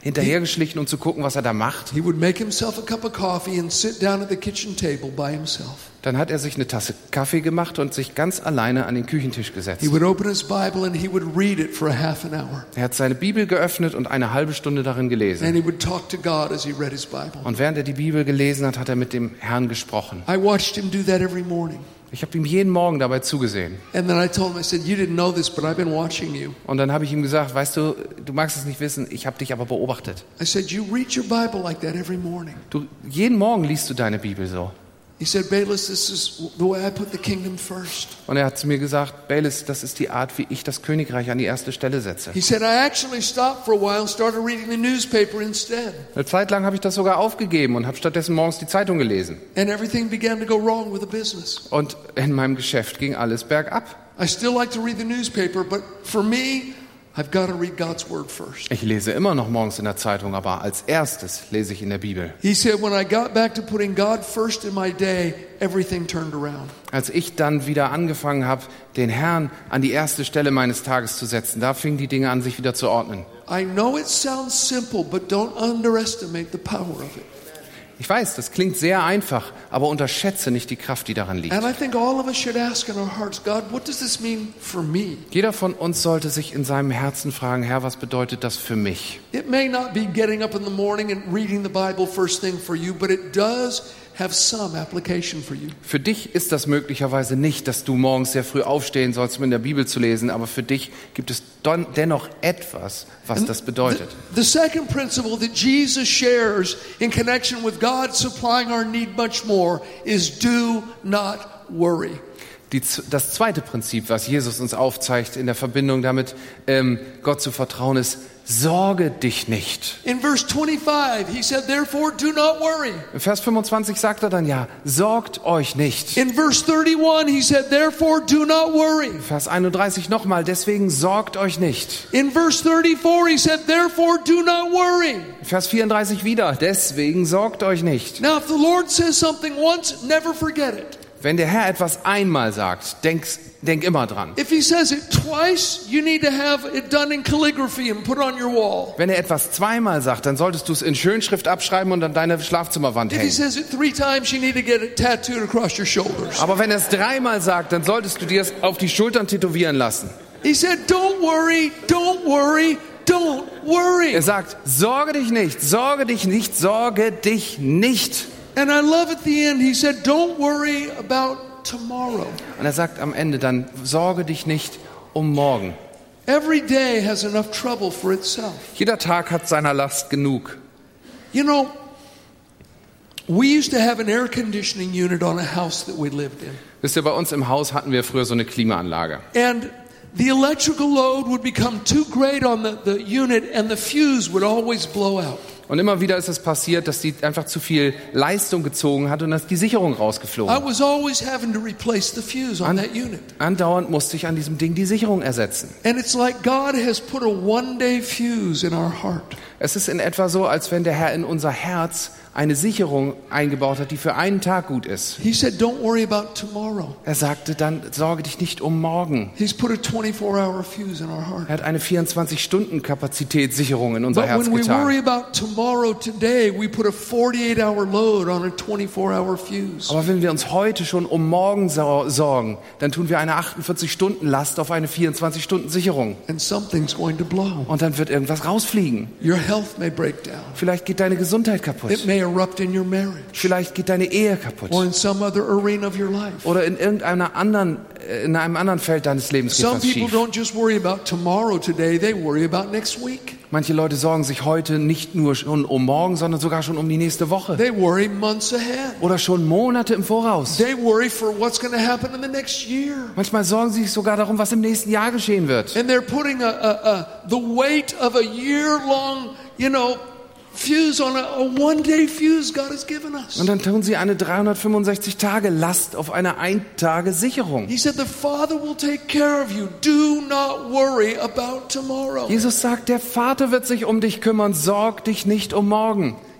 hinterhergeschlichen, um zu gucken, was er da macht. He would make himself a cup of coffee and sit down at the kitchen table by himself. Dann hat er sich eine Tasse Kaffee gemacht und sich ganz alleine an den Küchentisch gesetzt. He would open his Bible and he would read it for a half an hour. Er hat seine Bibel geöffnet und eine halbe Stunde darin gelesen. And he would talk to God as he read his Bible. Und während er die Bibel gelesen hat, hat er mit dem Herrn gesprochen. I watched him do that every morning. Ich habe ihm jeden Morgen dabei zugesehen. And then I told him, I said, you didn't know this, but I've been watching you. Und dann habe ich ihm gesagt, weißt du, du magst es nicht wissen, ich habe dich aber beobachtet. I said, you read your Bible like that every morning. Du, jeden Morgen liest du deine Bibel so. He said, Bayless, this is the way I put the kingdom first. Und er hat zu mir gesagt, Bayless, das ist die Art, wie ich das Königreich an die erste Stelle setze. He said, I actually stopped for a while and started reading the newspaper instead. Eine Zeit lang habe ich das sogar aufgegeben und habe stattdessen morgens die Zeitung gelesen. And everything began to go wrong with the business. Und in meinem Geschäft ging alles bergab. I still like to read the newspaper, but for me, I've got to read God's word first. Ich lese immer noch morgens in der Zeitung, aber als erstes lese ich in der Bibel. He said, when I got back to putting God first in my day, everything turned around. Als ich dann wieder angefangen habe, den Herrn an die erste Stelle meines Tages zu setzen, da fingen die Dinge an, sich wieder zu ordnen. I know it sounds simple, but don't underestimate the power of it. Ich weiß, das klingt sehr einfach, aber unterschätze nicht die Kraft, die darin liegt. And I think all of us should ask in our hearts, God, what does this mean for me? Jeder von uns sollte sich in seinem Herzen fragen, Herr, was bedeutet das für mich? It may not be getting up in the morning and reading the Bible first thing for you, but it does have some application for you. Für dich ist das möglicherweise nicht, dass du morgens sehr früh aufstehen sollst, um in der Bibel zu lesen, aber für dich gibt es don- dennoch etwas, was And das bedeutet. The, the second principle that Jesus shares in connection with God supplying our need much more is do not worry. Die, das zweite Prinzip, was Jesus uns aufzeigt in der Verbindung damit, ähm, Gott zu vertrauen, ist, sorge dich nicht. In verse twenty-five, he said, therefore do not worry. In Vers fünfundzwanzig sagt er dann, ja, sorgt euch nicht. In verse thirty-one, he said, therefore do not worry. Vers einunddreißig nochmal, deswegen sorgt euch nicht. In verse thirty-four, he said, therefore do not worry. Vers vierunddreißig wieder, deswegen sorgt euch nicht. Now, if the Lord says something once, never forget it. Wenn der Herr etwas einmal sagt, denk, denk immer dran. If he says it twice, you need to have it done in calligraphy and put on your wall. Wenn er etwas zweimal sagt, dann solltest du es in Schönschrift abschreiben und an deine Schlafzimmerwand If he hängen. says it three times, you need to get it tattooed across your shoulders. Aber wenn er es dreimal sagt, dann solltest du dir es auf die Schultern tätowieren lassen. He said, don't worry, don't worry, don't worry. Er sagt, sorge dich nicht, sorge dich nicht, sorge dich nicht. And I love at the end, he said, don't worry about tomorrow. Und er sagt am Ende dann, sorge dich nicht um morgen. Every day has enough trouble for itself. Jeder Tag hat seiner Last genug. You know, we used to have an air conditioning unit on a house that we lived in. Wisst ihr, bei uns im Haus hatten wir früher so eine Klimaanlage. And the electrical load would become too great on the, the unit and the fuse would always blow out. Und immer wieder ist es passiert, dass die einfach zu viel Leistung gezogen hat und dass die Sicherung rausgeflogen I ist. was always having to replace the fuse on that unit. Andauernd musste ich an diesem Ding die Sicherung ersetzen. And it's like God has put a one-day fuse in our heart. Es ist in etwa so, als wenn der Herr in unser Herz eine Sicherung eingebaut hat, die für einen Tag gut ist. He said, don't worry about tomorrow. Er sagte dann, sorge dich nicht um morgen. He's put a twenty-four hour fuse in our heart. Er hat eine vierundzwanzig-Stunden-Kapazitätssicherung in unser But Herz when we worry getan. about tomorrow today, we put a forty-eight hour load on a twenty-four hour fuse. Aber wenn wir uns heute schon um morgen sor- sorgen, dann tun wir eine achtundvierzig-Stunden-Last auf eine vierundzwanzig-Stunden-Sicherung. And something's going to blow. Und dann wird irgendwas rausfliegen. Your health may break down. Vielleicht geht deine Gesundheit kaputt. It may erupt in your marriage Vielleicht geht deine Ehe kaputt. or in some other arena of your life. Oder in irgendeiner anderen, in einem anderen Feld deines Lebens geht Some was people schief. don't just worry about tomorrow today, they worry about next week. Manche Leute sorgen sich heute nicht nur schon um morgen, sondern sogar schon um die nächste Woche. They worry months ahead. Oder schon Monate im Voraus. They worry for what's going to happen in the next year. Manchmal sorgen sie sich sogar darum, was im nächsten Jahr geschehen wird. And they're putting a, a, a, the weight of a year-long, you know, fuse on a, a one-day fuse God has given us. Und dann tun sie eine dreihundertfünfundsechzig Tage Last auf eine Ein-Tage-Sicherung. He said, the Father will take care of you. Do not worry about tomorrow. Jesus sagt, der Vater wird sich um dich kümmern, sorg dich nicht um morgen.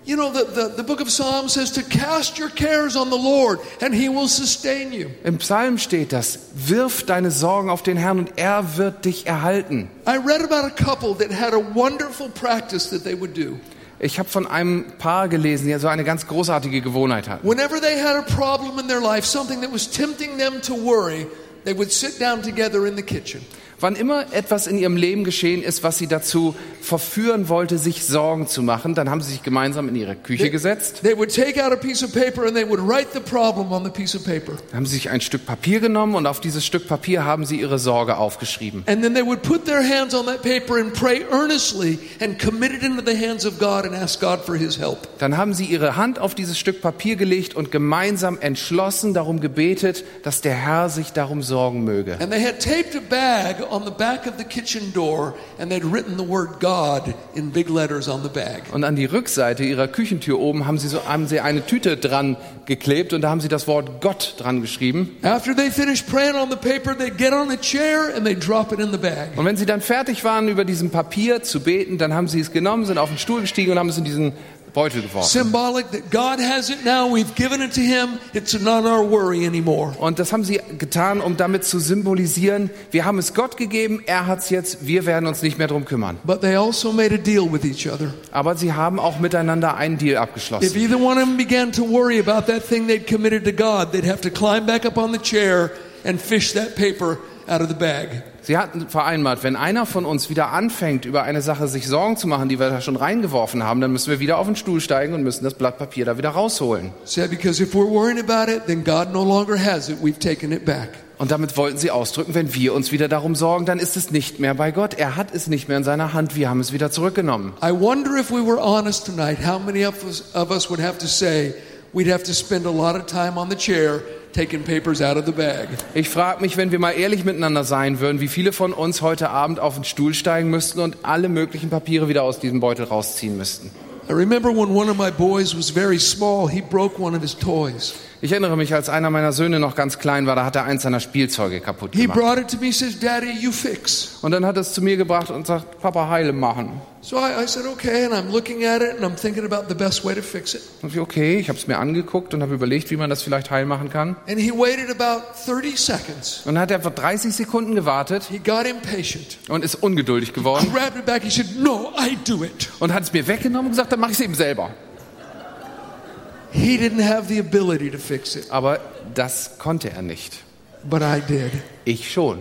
You know, the, the, the book of Psalms says to cast your cares on the Lord and He will sustain you. Im Psalm steht das, wirf deine Sorgen auf den Herrn und er wird dich erhalten. I read about a couple that had a wonderful practice that they would do. Ich habe von einem Paar gelesen, die so eine ganz großartige Gewohnheit hatten. Whenever they had a problem in their life, something that was tempting them to worry, they would sit down together in the kitchen. Wann immer etwas in ihrem Leben geschehen ist, was sie dazu verführen wollte, sich Sorgen zu machen, dann haben sie sich gemeinsam in ihre Küche They, gesetzt. they would take out a piece of paper and they would write the problem on the piece of paper. Dann haben sie sich ein Stück Papier genommen und auf dieses Stück Papier haben sie ihre Sorge aufgeschrieben. And then they would put their hands on that paper and pray earnestly and commit it into the hands of God and ask God for His help. Dann haben sie ihre Hand auf dieses Stück Papier gelegt und gemeinsam entschlossen darum gebetet, dass der Herr sich darum sorgen möge. And they had taped a bag on the back of the kitchen door and they'd written the word God in big letters on the bag. Und an die Rückseite ihrer Küchentür oben haben sie so haben sie eine Tüte dran geklebt und da haben sie das Wort Gott dran geschrieben. After they finished praying on the paper, they'd get on a chair and they'd drop it in the bag. Und wenn sie dann fertig waren, über diesem Papier zu beten, dann haben sie es genommen, sind auf den Stuhl gestiegen und haben es in diesen Beutel geworfen. Symbolic that God has it now, we've given it to Him, it's not our worry anymore. Und das haben sie getan, um damit zu symbolisieren, wir haben es Gott gegeben, er hat es jetzt, wir werden uns nicht mehr drum kümmern. But they also made a deal with each other. Aber sie haben auch miteinander einen Deal If abgeschlossen. either one of them began to worry about that thing they'd committed to God, they'd have to climb back up on the chair and fish that paper out of the bag. Sie hatten vereinbart, wenn einer von uns wieder anfängt, über eine Sache sich Sorgen zu machen, die wir da schon reingeworfen haben, dann müssen wir wieder auf den Stuhl steigen und müssen das Blatt Papier da wieder rausholen. Said because if we're worrying about it, then God no longer has it. We've taken it back. Und damit wollten sie ausdrücken, wenn wir uns wieder darum sorgen, dann ist es nicht mehr bei Gott. Er hat es nicht mehr in seiner Hand. Wir haben es wieder zurückgenommen. I wonder if we were honest tonight, how many of us, of us would have to say we'd have to spend a lot of time on the chair taking papers out of the bag. Ich frage mich, wenn wir mal ehrlich miteinander sein würden, wie viele von uns heute Abend auf den Stuhl steigen müssten und alle möglichen Papiere wieder aus diesem Beutel rausziehen müssten. I remember when one of my boys was very small, he broke one of his toys. Ich erinnere mich, als einer meiner Söhne noch ganz klein war, da hat er eins seiner Spielzeuge kaputt He gemacht. brought it to me, says, Daddy, you fix. Und dann hat er es zu mir gebracht und sagt, Papa, heile machen. So I, I said, okay, and I'm looking at it and I'm thinking about the best way to fix it. Und ich, okay, ich habe es mir angeguckt und habe überlegt, wie man das vielleicht heil machen kann. And he waited about thirty seconds. Und dann hat er einfach dreißig Sekunden gewartet He got impatient. und ist ungeduldig geworden Grabbed it back. He said, no, I do it. und hat es mir weggenommen und gesagt, dann mache ich es eben selber. He didn't have the ability to fix it, Aber das konnte er nicht. but I did. Ich schon.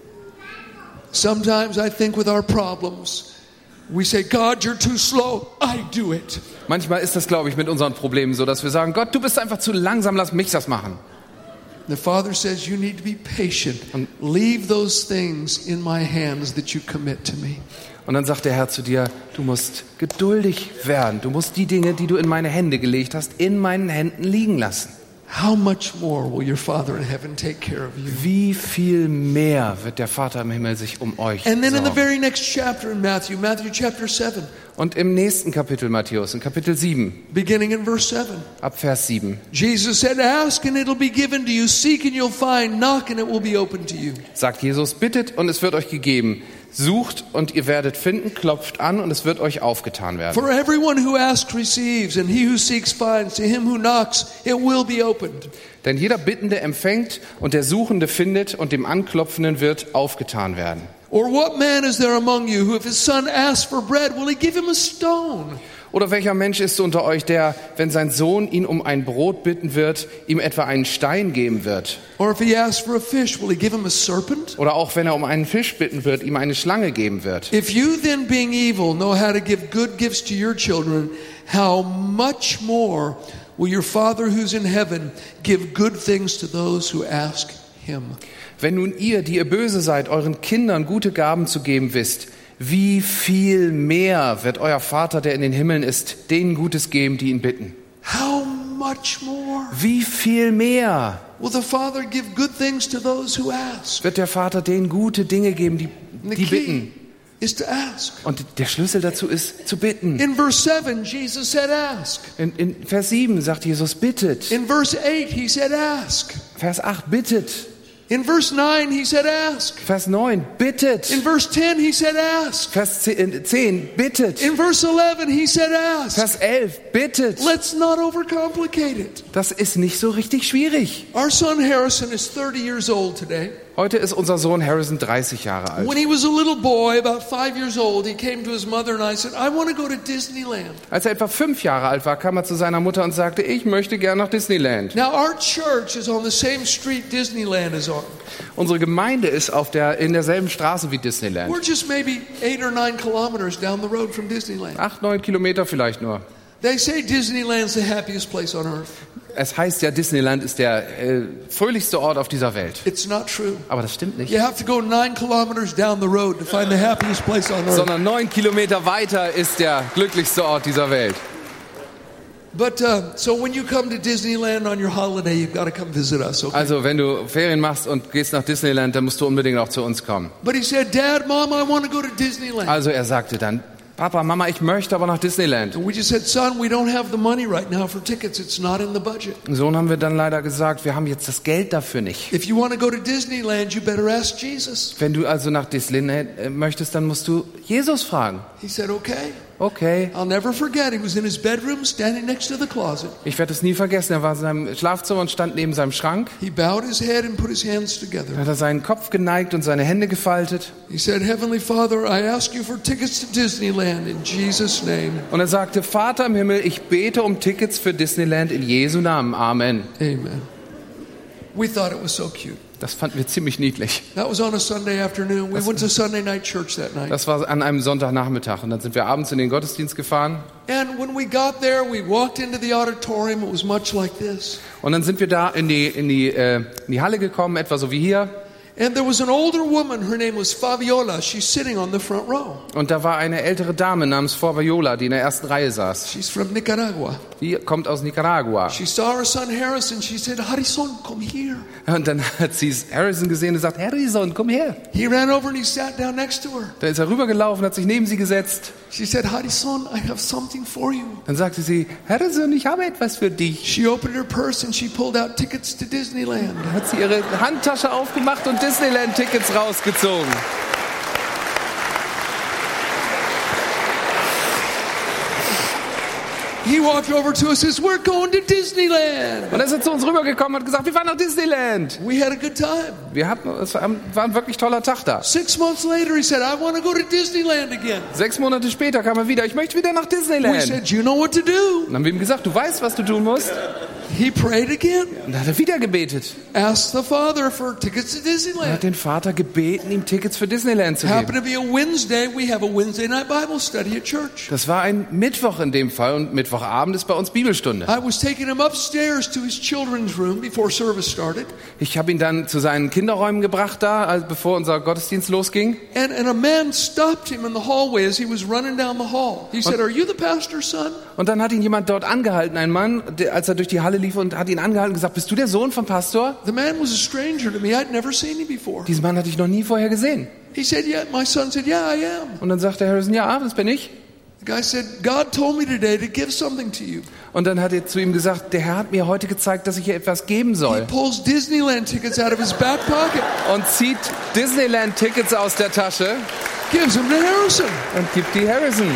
Sometimes I think with our problems, we say, God, you're too slow. I do it. Manchmal ist das, glaube ich, mit unseren Problemen so, dass wir sagen, Gott, du bist einfach zu langsam, lass mich das machen. The Father says, you need to be patient. Leave those things in my hands that you commit to me. Und dann sagt der Herr zu dir, du musst geduldig werden. Du musst die Dinge, die du in meine Hände gelegt hast, in meinen Händen liegen lassen. How much more will your Father in heaven take care of you? Wie viel mehr wird der Vater im Himmel sich um euch And then in the sorgen? very next chapter in Matthew, Matthew chapter seven, Und im nächsten Kapitel, Matthäus, in Kapitel sieben, beginning in verse seven, ab Vers sieben, Jesus said, ask and it'll be given to you. Seek and you'll find. Knock and it will be open to you. sagt Jesus, bittet und es wird euch gegeben. Sucht und ihr werdet finden, klopft an und es wird euch aufgetan werden. For everyone who asks receives, and he who seeks finds. To him who knocks, it will be opened. Denn jeder Bittende empfängt und der Suchende findet und dem Anklopfenden wird aufgetan werden. Or what man is there among you who if his son asks for bread, will he give him a stone? Oder welcher Mensch ist unter euch, der, wenn sein Sohn ihn um ein Brot bitten wird, ihm etwa einen Stein geben wird? Or if he asks for a fish, will he give him a serpent? Oder auch wenn er um einen Fisch bitten wird, ihm eine Schlange geben wird? If you then, being evil, know how to give good gifts to your children, how much more will your Father who's in heaven give good things to those who ask him? Wenn nun ihr, die ihr böse seid, euren Kindern gute Gaben zu geben wisst, wie viel mehr wird euer Vater, der in den Himmeln ist, denen Gutes geben, die ihn bitten? How much more Wie viel mehr will the Father give good things to those who ask? wird der Vater denen gute Dinge geben, die, And the die key bitten? is to ask. Und der Schlüssel dazu ist zu bitten. In verse seven, Jesus said ask. In, in Vers sieben sagt Jesus, bittet. In verse eight, he said ask. Vers acht, bittet. In verse nine, he said, ask. Vers neun, bittet. In verse ten, he said, ask. Vers zehn, bittet. In verse eleven, he said, ask. Vers elf, bittet. Let's not overcomplicate it. Das ist nicht so richtig schwierig. Our son Harrison is thirty years old today. Heute ist unser Sohn Harrison dreißig Jahre alt. When he was a little boy, about five years old, he came to his mother and I said, I want to go to Disneyland. Als er etwa fünf Jahre alt war, kam er zu seiner Mutter und sagte, ich möchte gern nach Disneyland. Now our church is on the same street Disneyland is on. Unsere Gemeinde ist auf der, in derselben Straße wie Disneyland. We're just maybe eight or nine kilometers down the road from Disneyland. Acht, neun Kilometer vielleicht nur. They say Disneyland's the happiest place on earth. Es heißt ja, Disneyland ist der äh, fröhlichste Ort auf dieser Welt. It's not true. Aber das stimmt nicht. You have to go nine kilometers down the road to find the happiest place on earth. Sondern neun Kilometer weiter ist der glücklichste Ort dieser Welt. But uh, so when you come to Disneyland on your holiday, you've got to come visit us, okay? Also wenn du Ferien machst und gehst nach Disneyland, dann musst du unbedingt auch zu uns kommen. But he said, Dad, Mom, I want to go to Disneyland. Also er sagte dann, Papa, Mama, ich möchte aber nach Disneyland. And we just said, son, we don't have the money right now for tickets. It's not in the budget. Sohn, haben wir dann leider gesagt, wir haben jetzt das Geld dafür nicht. If you want to go to Disneyland, you better ask Jesus. Wenn du also nach Disneyland äh, möchtest, dann musst du Jesus fragen. He said, okay. Okay. I'll never forget. He was in his bedroom standing next to the closet. Ich werde es nie vergessen. Er war in seinem Schlafzimmer und stand neben seinem Schrank. He bowed his head and put his hands together. Dann hat er seinen Kopf geneigt und seine Hände gefaltet. He said, Heavenly Father, I ask you for tickets to Disneyland in Jesus' name. Und er sagte, Vater im Himmel, ich bete um Tickets für Disneyland in Jesu Namen. Amen. Amen. We thought it was so cute. Das fanden wir ziemlich niedlich. That was on a Sunday afternoon. We went to Sunday night church that night. Das war an einem Sonntagnachmittag und dann sind wir abends in den Gottesdienst gefahren. And when we got there, we walked into the auditorium. It was much like this. Und dann sind wir da in die in die äh, in die Halle gekommen, etwa so wie hier. And there was an older woman. Her name was Fabiola. She's sitting on the front row. Und da war eine ältere Dame namens Fabiola, die in der ersten Reihe saß. She's from Nicaragua. Die kommt aus Nicaragua. She saw her son Harrison. She said, Harrison, come here. Und dann hat sie Harrison gesehen und gesagt, Harrison, komm her. He ran over and he sat down next to her. Da ist er rübergelaufen, hat sich neben sie gesetzt. She said, Harrison, I have something for you. Dann sagte sie, Harrison, ich habe etwas für dich. She opened her purse and she pulled out tickets to Disneyland. Dann hat sie ihre Handtasche aufgemacht und Disneyland-Tickets rausgezogen. He walked over to us and says, we're going to Disneyland. Und er ist zu uns rübergekommen und hat gesagt, wir fahren nach Disneyland. We had a good time. Wir hatten, es war ein wirklich toller Tag da. Six months later, he said, I want to go to Disneyland again. Sechs Monate später kam er wieder, ich möchte wieder nach We Disneyland. said, you know what to do. Und dann haben wir ihm gesagt, du weißt, was du tun musst. He prayed again. Und dann hat er wieder gebetet. Asked the father for tickets to Er hat Disneyland. den Vater gebeten, ihm Tickets für Disneyland zu Happened geben. to be a Wednesday. We have a Wednesday night Bible study at church. Das war ein Mittwoch in dem Fall und Mittwochabend ist bei uns Bibelstunde. I was taking him upstairs to his children's room before service started. Ich habe ihn dann zu seinen Kinderräumen gebracht da, also bevor unser Gottesdienst losging. And, and a man stopped him in the hallway as he was running down the hall. He said, are you the pastor's son? Und dann hat ihn jemand dort angehalten, ein Mann, der, als er durch die Halle lief und hat ihn angehalten und gesagt, bist du der Sohn vom Pastor? The man was a stranger to me. I'd never seen him before. Diesen Mann hatte ich noch nie vorher gesehen. He said, yeah, my son said, yeah, I am. Und dann sagte Harrison, ja, das bin ich. The guy said, God told me today to give something to you. Und dann hat er zu ihm gesagt, der Herr hat mir heute gezeigt, dass ich ihr etwas geben He soll. pulls Disneyland tickets out of his back pocket, Und zieht Disneyland-Tickets aus der Tasche gives them to Harrison. und gibt die Harrison.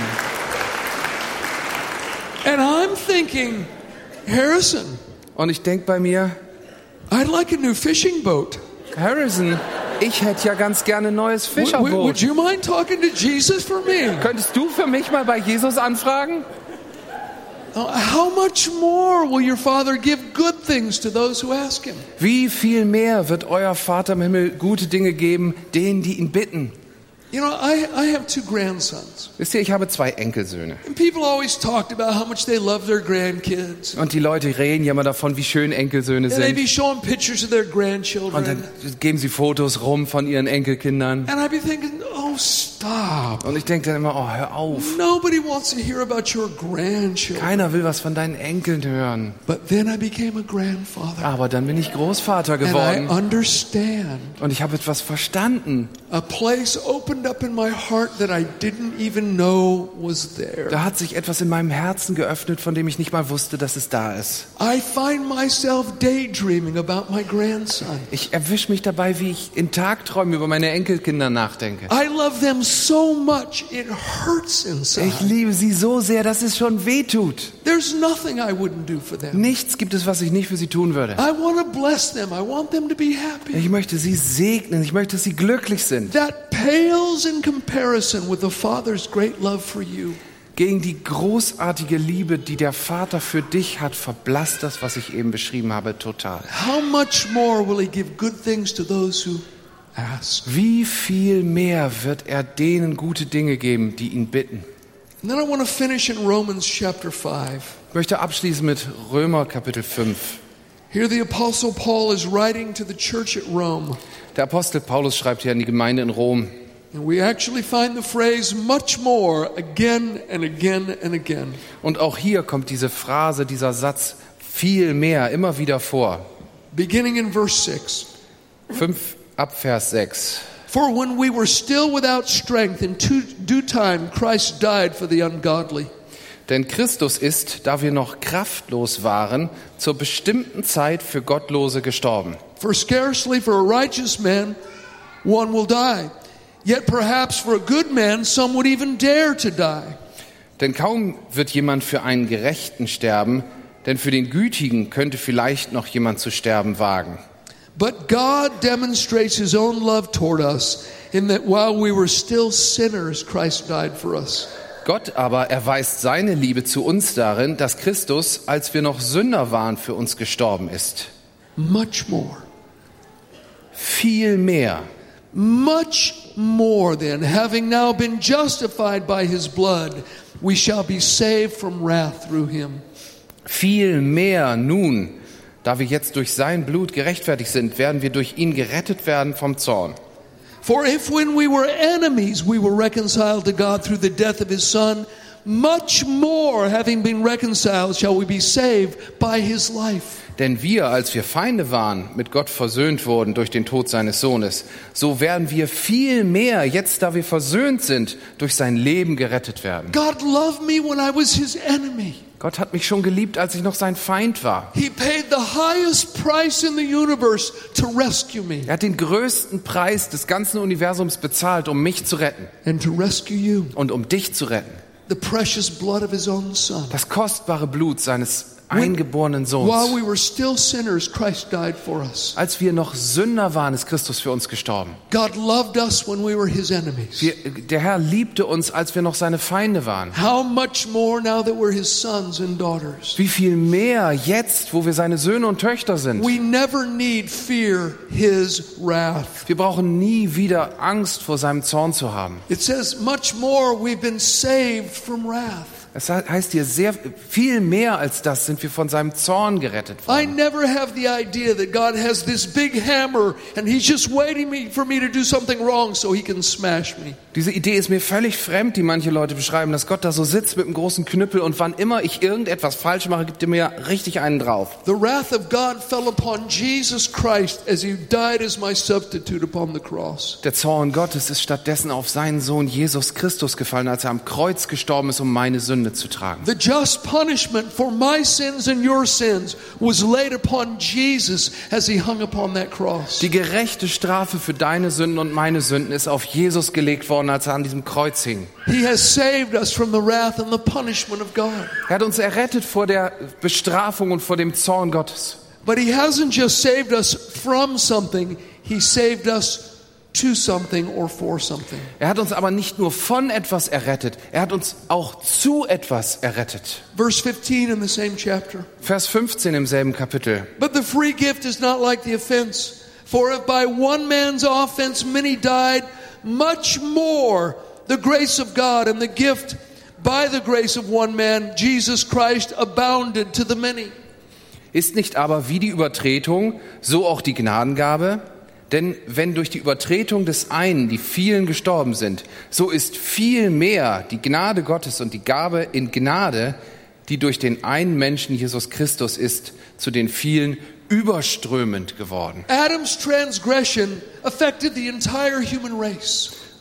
And I'm thinking, Harrison, Und ich denke bei mir, I'd like a new fishing boat. Harrison, ich hätte ja ganz gerne ein neues Would, would, would Fischerboot. you mind talking to Jesus for me? Könntest du für mich mal bei Jesus anfragen? Uh, How much more will your Father give good things to those who ask Him? Wie viel mehr wird euer Vater im Himmel gute Dinge geben, denen, die ihn bitten? You know, I, I have two grandsons. Wisst ihr, ich habe zwei Enkelsöhne. And people always talked about how much they love their grandkids. Und die Leute reden ja immer davon, wie schön Enkelsöhne And they'd sind. be showing pictures of their Und grandchildren. dann geben sie Fotos rum von ihren Enkelkindern. And I'd be thinking, oh, stop. Und ich denke dann immer, oh, hör auf. Nobody wants to hear about your grandchildren. Keiner will was von deinen Enkeln hören. But then I became a grandfather. Aber dann bin ich Großvater And I geworden. understand. Und ich habe etwas verstanden. A place opened opened up in my heart that I didn't even know was there. Da hat sich etwas in meinem Herzen geöffnet, von dem ich nicht mal wusste, dass es da ist. I find myself daydreaming about my grandson. Ich erwische mich dabei, wie ich in Tagträumen über meine Enkelkinder nachdenke. I love them so much it hurts inside. Ich liebe sie so sehr, dass es schon wehtut. There's nothing I wouldn't do for them. Nichts gibt es, was ich nicht für sie tun würde. I want to bless them. I want them to be happy. Ich möchte sie segnen, ich möchte, dass sie glücklich sind. That pales in comparison with the Father's great love for you. Gegen die großartige Liebe, die der Vater für dich hat, verblasst das, was ich eben beschrieben habe, total. How much more will he give good things to those who ask? Wie viel mehr wird er denen gute Dinge geben, die ihn bitten? And then I want to finish in Romans chapter five. Ich möchte abschließen mit Römer Kapitel fünf. Here the Apostle Paul is writing to the church at Rome. Der Apostel Paulus schreibt hier an die Gemeinde in Rom. And we actually find the phrase much more again and again and again. Und auch hier kommt diese Phrase, dieser Satz viel mehr immer wieder vor. Beginning in verse six. fünf ab Vers sechs. For when we were still without strength, in due time Christ died for the ungodly. Denn Christus ist, da wir noch kraftlos waren, zur bestimmten Zeit für Gottlose gestorben. For scarcely for a righteous man one will die. Yet perhaps for a good man some would even dare to die. Denn kaum wird jemand für einen Gerechten sterben, denn für den Gütigen könnte vielleicht noch jemand zu sterben wagen. But God demonstrates his own love toward us in that while we were still sinners, Christ died for us. Gott aber erweist seine Liebe zu uns darin, dass Christus, als wir noch Sünder waren, für uns gestorben ist. Much more. Viel mehr. Much more than, having now been justified by his blood, we shall be saved from wrath through him. Viel mehr nun, da wir jetzt durch sein Blut gerechtfertigt sind, werden wir durch ihn gerettet werden vom Zorn. For if when we were enemies we were reconciled to God through the death of his Son, much more, having been reconciled, shall we be saved by his life. Denn wir, als wir Feinde waren, mit Gott versöhnt wurden durch den Tod seines Sohnes, so werden wir viel mehr, jetzt da wir versöhnt sind, durch sein Leben gerettet werden. God loved me when I was his enemy. Gott hat mich schon geliebt, als ich noch sein Feind war. He paid the highest price in the universe to rescue me. Er hat den größten Preis des ganzen Universums bezahlt, um mich zu retten. And to rescue you. Und um dich zu retten. The precious blood of his own son. Das kostbare Blut seines eingeborenen Sohns. While we were still sinners, Christ died for us. Als wir noch Sünder waren, ist Christus für uns gestorben. God loved us when we were his enemies. Wir, der Herr liebte uns, als wir noch seine Feinde waren. How much more now that we're his sons and daughters? Wie viel mehr jetzt, wo wir seine Söhne und Töchter sind. We never need fear his wrath. Wir brauchen nie wieder Angst vor seinem Zorn zu haben. It says much more we've been saved from wrath. Es heißt hier, sehr viel mehr als das sind wir von seinem Zorn gerettet I worden. never have the idea that God has this big hammer and he's just waiting me, for me to do something wrong so he can smash me. Diese Idee ist mir völlig fremd, die manche Leute beschreiben, dass Gott da so sitzt mit einem großen Knüppel und wann immer ich irgendetwas falsch mache, gibt er mir richtig einen drauf. The wrath of God fell upon Jesus Christ as he died as my substitute upon the cross. Der Zorn Gottes ist stattdessen auf seinen Sohn Jesus Christus gefallen, als er am Kreuz gestorben ist, um meine Sünde zu tragen. The just punishment for my sins and your sins was laid upon Jesus as he hung upon that cross. Die gerechte Strafe für deine Sünden und meine Sünden ist auf Jesus gelegt worden, als er an diesem Kreuz hing. He has saved us from the wrath and the punishment of God. Er hat uns errettet vor der Bestrafung und vor dem Zorn Gottes. But he hasn't just saved us from something, he saved us to something or for something. Er hat uns aber nicht nur von etwas errettet, er hat uns auch zu etwas errettet. Verse fifteen in the same chapter. Vers fünfzehn im selben Kapitel. But the free gift is not like the offense. For if by one man's offense many died, much more the grace of God and the gift by the grace of one man, Jesus Christ, abounded to the many. Ist nicht aber wie die Übertretung, so auch die Gnadengabe? Denn wenn durch die Übertretung des einen die vielen gestorben sind, so ist viel mehr die Gnade Gottes und die Gabe in Gnade, die durch den einen Menschen Jesus Christus ist, zu den vielen überströmend geworden. Adam's transgression affected the entire human race.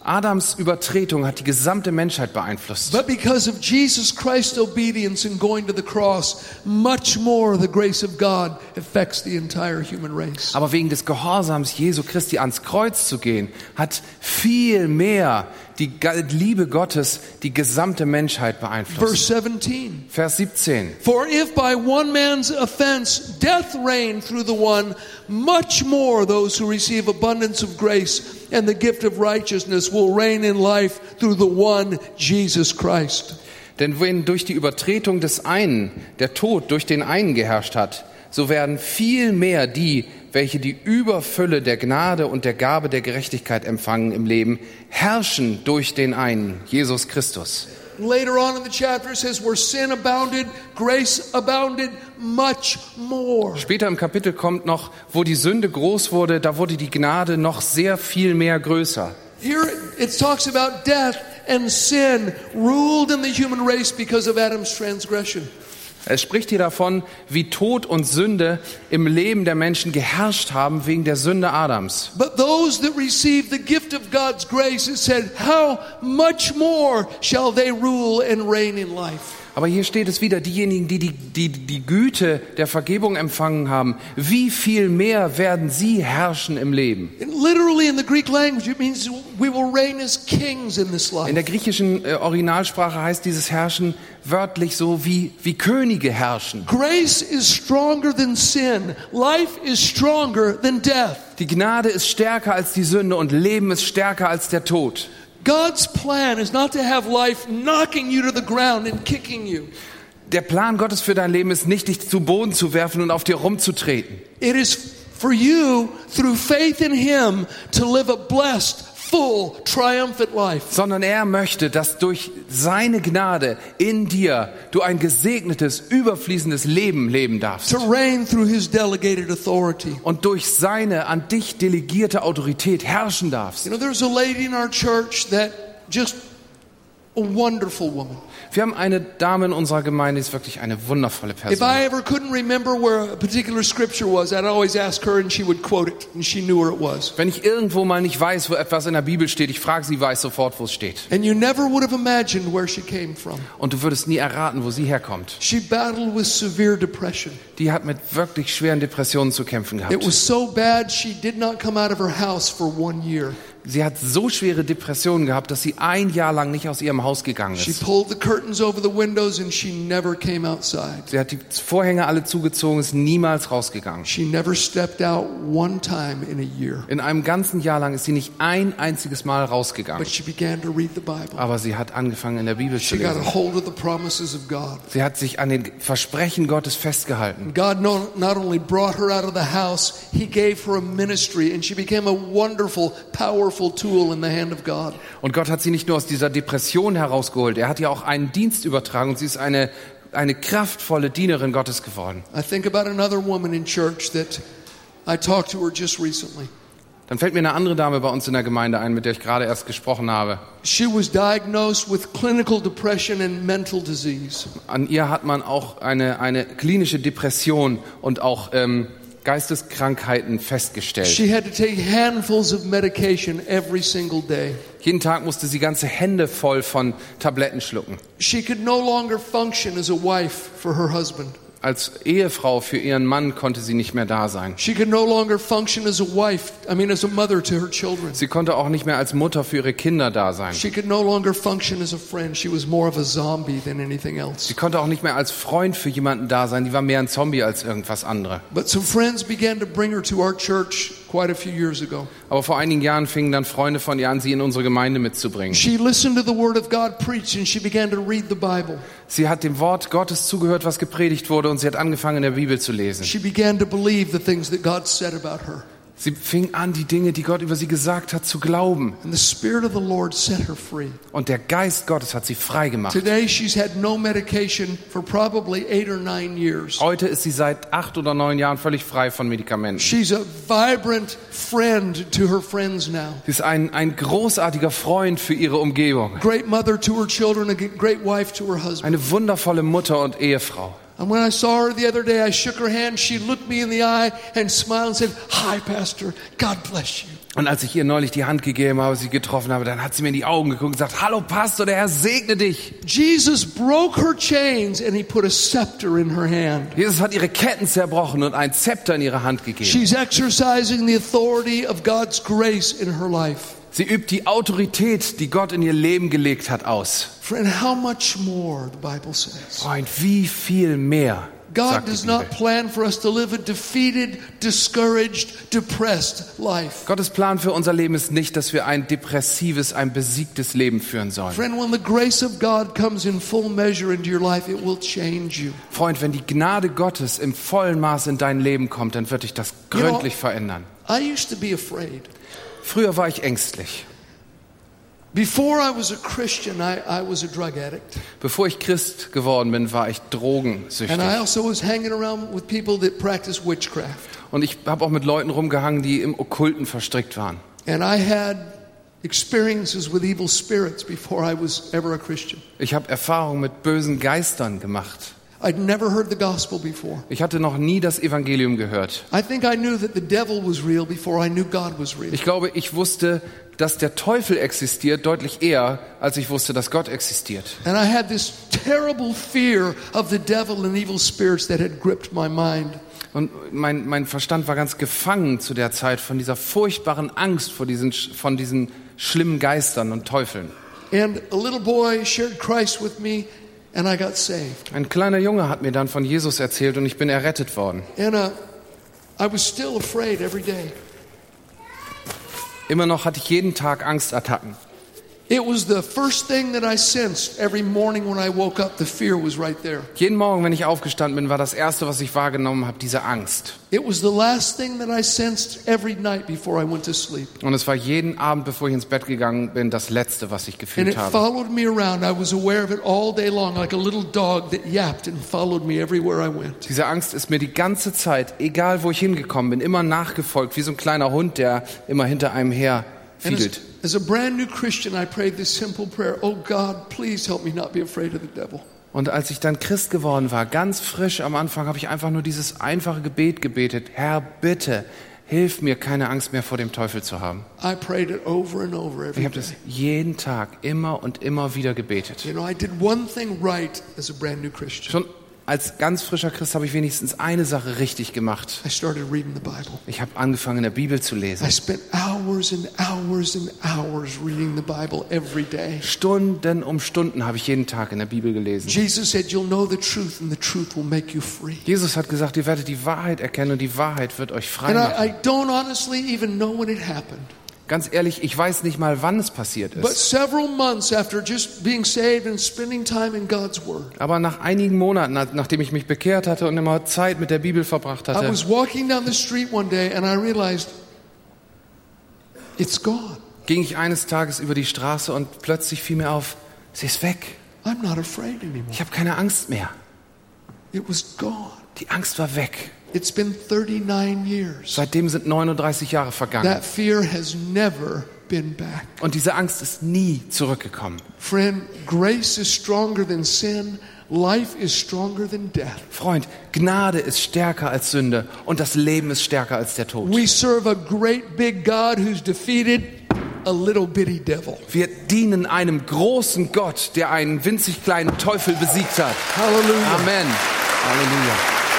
Adams Übertretung hat die gesamte Menschheit beeinflusst. But because of Jesus Christ's obedience in going to the cross, much more the grace of God affects the entire human race. Aber wegen des Gehorsams Jesu Christi ans Kreuz zu gehen, hat viel mehr die Liebe Gottes die gesamte Menschheit beeinflusst. Verse seventeen. Vers siebzehn. For if by one man's offense death reigned through the one, much more those who receive abundance of grace and the gift of righteousness will reign in life through the one Jesus Christ. Denn wenn durch die Übertretung des einen der Tod durch den einen geherrscht hat, so werden viel mehr die, welche die Überfülle der Gnade und der Gabe der Gerechtigkeit empfangen im Leben, herrschen durch den einen, Jesus Christus. Later on in the chapter it says, where sin abounded, grace abounded much more. Später im Kapitel kommt noch, wo die Sünde groß wurde, da wurde die Gnade noch sehr viel mehr größer. Here it talks about death and sin ruled in the human race because of Adam's transgression. Es spricht hier davon, wie Tod und Sünde im Leben der Menschen geherrscht haben wegen der Sünde Adams. But those that receive the gift of God's grace, it said, how much more shall they rule and reign in life? Aber hier steht es wieder, diejenigen, die die, die die Güte der Vergebung empfangen haben, wie viel mehr werden sie herrschen im Leben? And literally in the Greek language, it means we will reign as kings in this life. In der griechischen äh, Originalsprache heißt dieses Herrschen wörtlich so wie, wie Könige herrschen. Grace is stronger than sin. Life is stronger than death. Die Gnade ist stärker als die Sünde und Leben ist stärker als der Tod. God's plan is not to have life knocking you to the ground and kicking you. Der Plan Gottes für dein Leben ist nicht, dich zu Boden zu werfen und auf dir rumzutreten. It is for you, through faith in Him, to live a blessed, full, triumphant life. Sondern er möchte, dass durch seine Gnade in dir du ein gesegnetes, überfließendes Leben leben darfst. To reign through His delegated authority. Und durch seine an dich delegierte Autorität herrschen darfst. You know, there's a lady in our church that just a wonderful woman. Wir haben eine Dame in unserer Gemeinde, die ist wirklich eine wundervolle If Person. I ever couldn't remember where a particular scripture was, I'd always ask her and she would quote it and she knew where it was. Wenn ich irgendwo mal nicht weiß, wo etwas in der Bibel steht, ich frage sie, weiß sofort, wo es steht. And you never would have imagined where she came from. Und du würdest nie erraten, wo sie herkommt. She battled with severe depression. Die hat mit wirklich schweren Depressionen zu kämpfen It gehabt. was so bad she did not come out of her house for one year. Sie hat so schwere Depressionen gehabt, dass sie ein Jahr lang nicht aus ihrem Haus gegangen She ist. pulled the curtains over the windows and she never came outside. Sie hat die Vorhänge alle zugezogen, ist niemals rausgegangen. She never stepped out one time in a year. In einem ganzen Jahr lang ist sie nicht ein einziges Mal rausgegangen. But she began to read the Bible. Aber sie hat angefangen, in der Bibel zu She got lesen. a hold of the promises of God. Sie hat sich an den Versprechen Gottes festgehalten. God no, not only brought her out of the house, He gave her a ministry and she became a wonderful, powerful tool in the hand of God. Und Gott hat sie nicht nur aus dieser Depression herausgeholt, er hat ihr auch einen Dienst übertragen und sie ist eine, eine kraftvolle Dienerin Gottes geworden. I think about another woman in church that I talked to her just recently. Dann fällt mir eine andere Dame bei uns in der Gemeinde ein, mit der ich gerade erst gesprochen habe. She was diagnosed with clinical depression and mental disease. An ihr hat man auch eine, eine klinische Depression und auch ähm, Geisteskrankheiten festgestellt. She had to take handfuls of medication every single day. Jeden Tag musste sie ganze Hände voll von Tabletten schlucken. She could no longer function as a wife for her husband. Als Ehefrau für ihren Mann konnte sie nicht mehr da sein. She could no longer function as a wife, I mean as a mother to her children. Sie konnte auch nicht mehr als Mutter für ihre Kinder da sein. She could no longer function as a friend. She was more of a zombie than anything else. Sie konnte auch nicht mehr als Freund für jemanden da sein. Die war mehr ein Zombie als irgendwas anderes. But some friends began to bring her to our church quite a few years ago. Aber vor einigen Jahren fingen dann Freunde von ihr an, sie in unsere Gemeinde mitzubringen. She listened to the word of God preached and she began to read the Bible. Sie hat dem Wort Gottes zugehört, was gepredigt wurde, und sie hat angefangen, in der Bibel zu lesen. She began to believe the things that God said about her. Sie fing an, die Dinge, die Gott über sie gesagt hat, zu glauben. And the Spirit of the Lord set her free. Und der Geist Gottes hat sie frei gemacht. Today she's had no medication for probably eight or nine years. Heute ist sie seit acht oder neun Jahren völlig frei von Medikamenten. She's a vibrant friend to her friends now. Sie ist ein, ein großartiger Freund für ihre Umgebung. Great mother to her children, a great wife to her husband. Eine wundervolle Mutter und Ehefrau. And when I saw her the other day, I shook her hand. She looked me in the eye and smiled and said, "Hi, Pastor. God bless you." Und als ich ihr neulich die Hand gegeben habe, sie getroffen habe, dann hat sie mir in die Augen geguckt und gesagt, hallo Pastor, der Herr segne dich. Jesus broke her chains and he put a scepter in her hand. Jesus hat ihre Ketten zerbrochen und ein Zepter in ihre Hand gegeben. She's exercising the authority of God's grace in her life. Sie übt die Autorität, die Gott in ihr Leben gelegt hat, aus. Friend, how much more, the Bible says. Freund, wie viel mehr, God sagt die does Bibel. not plan for us to live a defeated, discouraged, depressed life. Gottes Plan für unser Leben ist nicht, dass wir ein depressives, ein besiegtes Leben führen sollen. Friend, when the grace of God comes in full measure into your life, it will change you. Freund, wenn die Gnade Gottes im vollen Maß in dein Leben kommt, dann wird dich das gründlich verändern. I used to be afraid. Früher war ich ängstlich. Before I was a Christian, I, I was a drug addict. Bevor ich Christ geworden bin, war ich drogensüchtig. And I also was hanging around with people that practice witchcraft. Und ich habe auch mit Leuten rumgehangen, die im Okkulten verstrickt waren. And I had experiences with evil spirits before I was ever a Christian. Ich habe Erfahrungen mit bösen Geistern gemacht. I'd never heard the gospel before. Ich hatte noch nie das Evangelium gehört. I think I knew that the devil was real before I knew God was real. Ich glaube, ich wusste, dass der Teufel existiert, deutlich eher, als ich wusste, dass Gott existiert. And I had this terrible fear of the devil and evil spirits that had gripped my mind. Und mein, mein Verstand war ganz gefangen zu der Zeit von dieser furchtbaren Angst vor diesen, von diesen schlimmen Geistern und Teufeln. And a little boy shared Christ with me and I got saved. Ein kleiner Junge hat mir dann von Jesus erzählt und ich bin errettet worden. And uh, I was still afraid every day. Immer noch hatte ich jeden Tag Angstattacken. It was the first thing that I sensed every morning when I woke up. The fear was right there. Jeden Morgen, wenn ich aufgestanden bin, war das Erste, was ich wahrgenommen habe, diese Angst. It was the last thing that I sensed every night before I went to sleep. Und es war jeden Abend, bevor ich ins Bett gegangen bin, das Letzte, was ich And gefühlt it habe. followed me around. I was aware of it all day long, like a little dog that yapped and followed me everywhere I went. Diese Angst ist mir die ganze Zeit, egal wo ich hingekommen bin, immer nachgefolgt, wie so ein kleiner Hund, der immer hinter einem her And as, fiedelt. as a brand new Christian, I prayed this simple prayer: Oh God, please help me not be afraid of the devil. Und als ich dann Christ geworden war, ganz frisch am Anfang, habe ich einfach nur dieses einfache Gebet gebetet. Herr, bitte, hilf mir, keine Angst mehr vor dem Teufel zu haben. I prayed it over and over every Ich habe day. das jeden Tag, immer und immer wieder gebetet. You know, I did one thing right as a brand new Christian. Schon als ganz frischer Christ habe ich wenigstens eine Sache richtig gemacht. I started reading the Bible. Ich habe angefangen, in der Bibel zu lesen. I spent hours and hours and hours reading the Bible every day. Stunden um Stunden habe ich jeden Tag in der Bibel gelesen. Jesus said, "You'll know the truth, and the truth will make you free." Jesus hat gesagt, ihr werdet die Wahrheit erkennen und die Wahrheit wird euch frei And I, machen. I don't honestly even know when it happened. Ganz ehrlich, ich weiß nicht mal, wann es passiert But ist. several months after just being saved and spending time in God's Word, Aber nach einigen Monaten, nach- nachdem ich mich bekehrt hatte und immer Zeit mit der Bibel verbracht I hatte, was walking down the street one day and I realized it's gone. ging ich eines Tages über die Straße und plötzlich fiel mir auf, sie ist weg. I'm not afraid anymore. Ich habe keine Angst mehr. It was gone. Die Angst war weg. It's been thirty-nine years. Seitdem sind neununddreißig Jahre vergangen. That fear has never been back. Und diese Angst ist nie zurückgekommen. Friend, grace is stronger than sin. Life is stronger than death. Freund, Gnade ist stärker als Sünde und das Leben ist stärker als der Tod. We serve a great big God who's defeated a little bitty devil. Wir dienen einem großen Gott, der einen winzig kleinen Teufel besiegt hat. Hallelujah. Amen. Halleluja.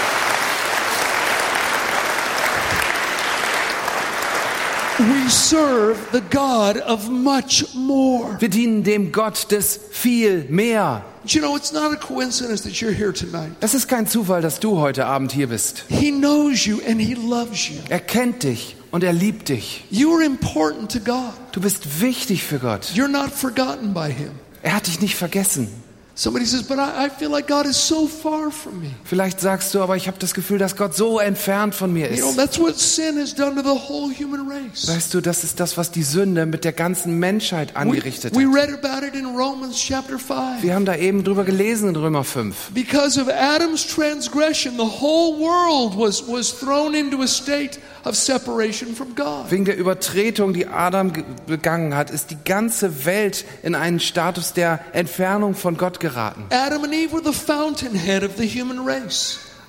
We serve the God of much more. Wir dienen dem Gott des viel mehr. You know, it's not a coincidence that you're here tonight. Es ist kein Zufall, dass du heute Abend hier bist. He knows you and He loves you. Er kennt dich und er liebt dich. You are important to God. Du bist wichtig für Gott. You're not forgotten by Him. Er hat dich nicht vergessen. Somebody says, but I, I feel like God is so far from me. Vielleicht sagst du, aber ich habe das Gefühl, dass Gott so entfernt von mir You know, ist. that's what sin has done to the whole human race. Weißt du, das ist das, was die Sünde mit der ganzen Menschheit We, angerichtet we hat. read about it in Romans chapter five. Wir haben da eben drüber gelesen in Römer fünf. Because of Adam's transgression, the whole world was, was thrown into a state of separation from God. Wegen der Übertretung, die Adam ge- begangen hat, ist die ganze Welt in einen Status der Entfernung von Gott geraten. Adam and Eve were the fountainhead of the human race.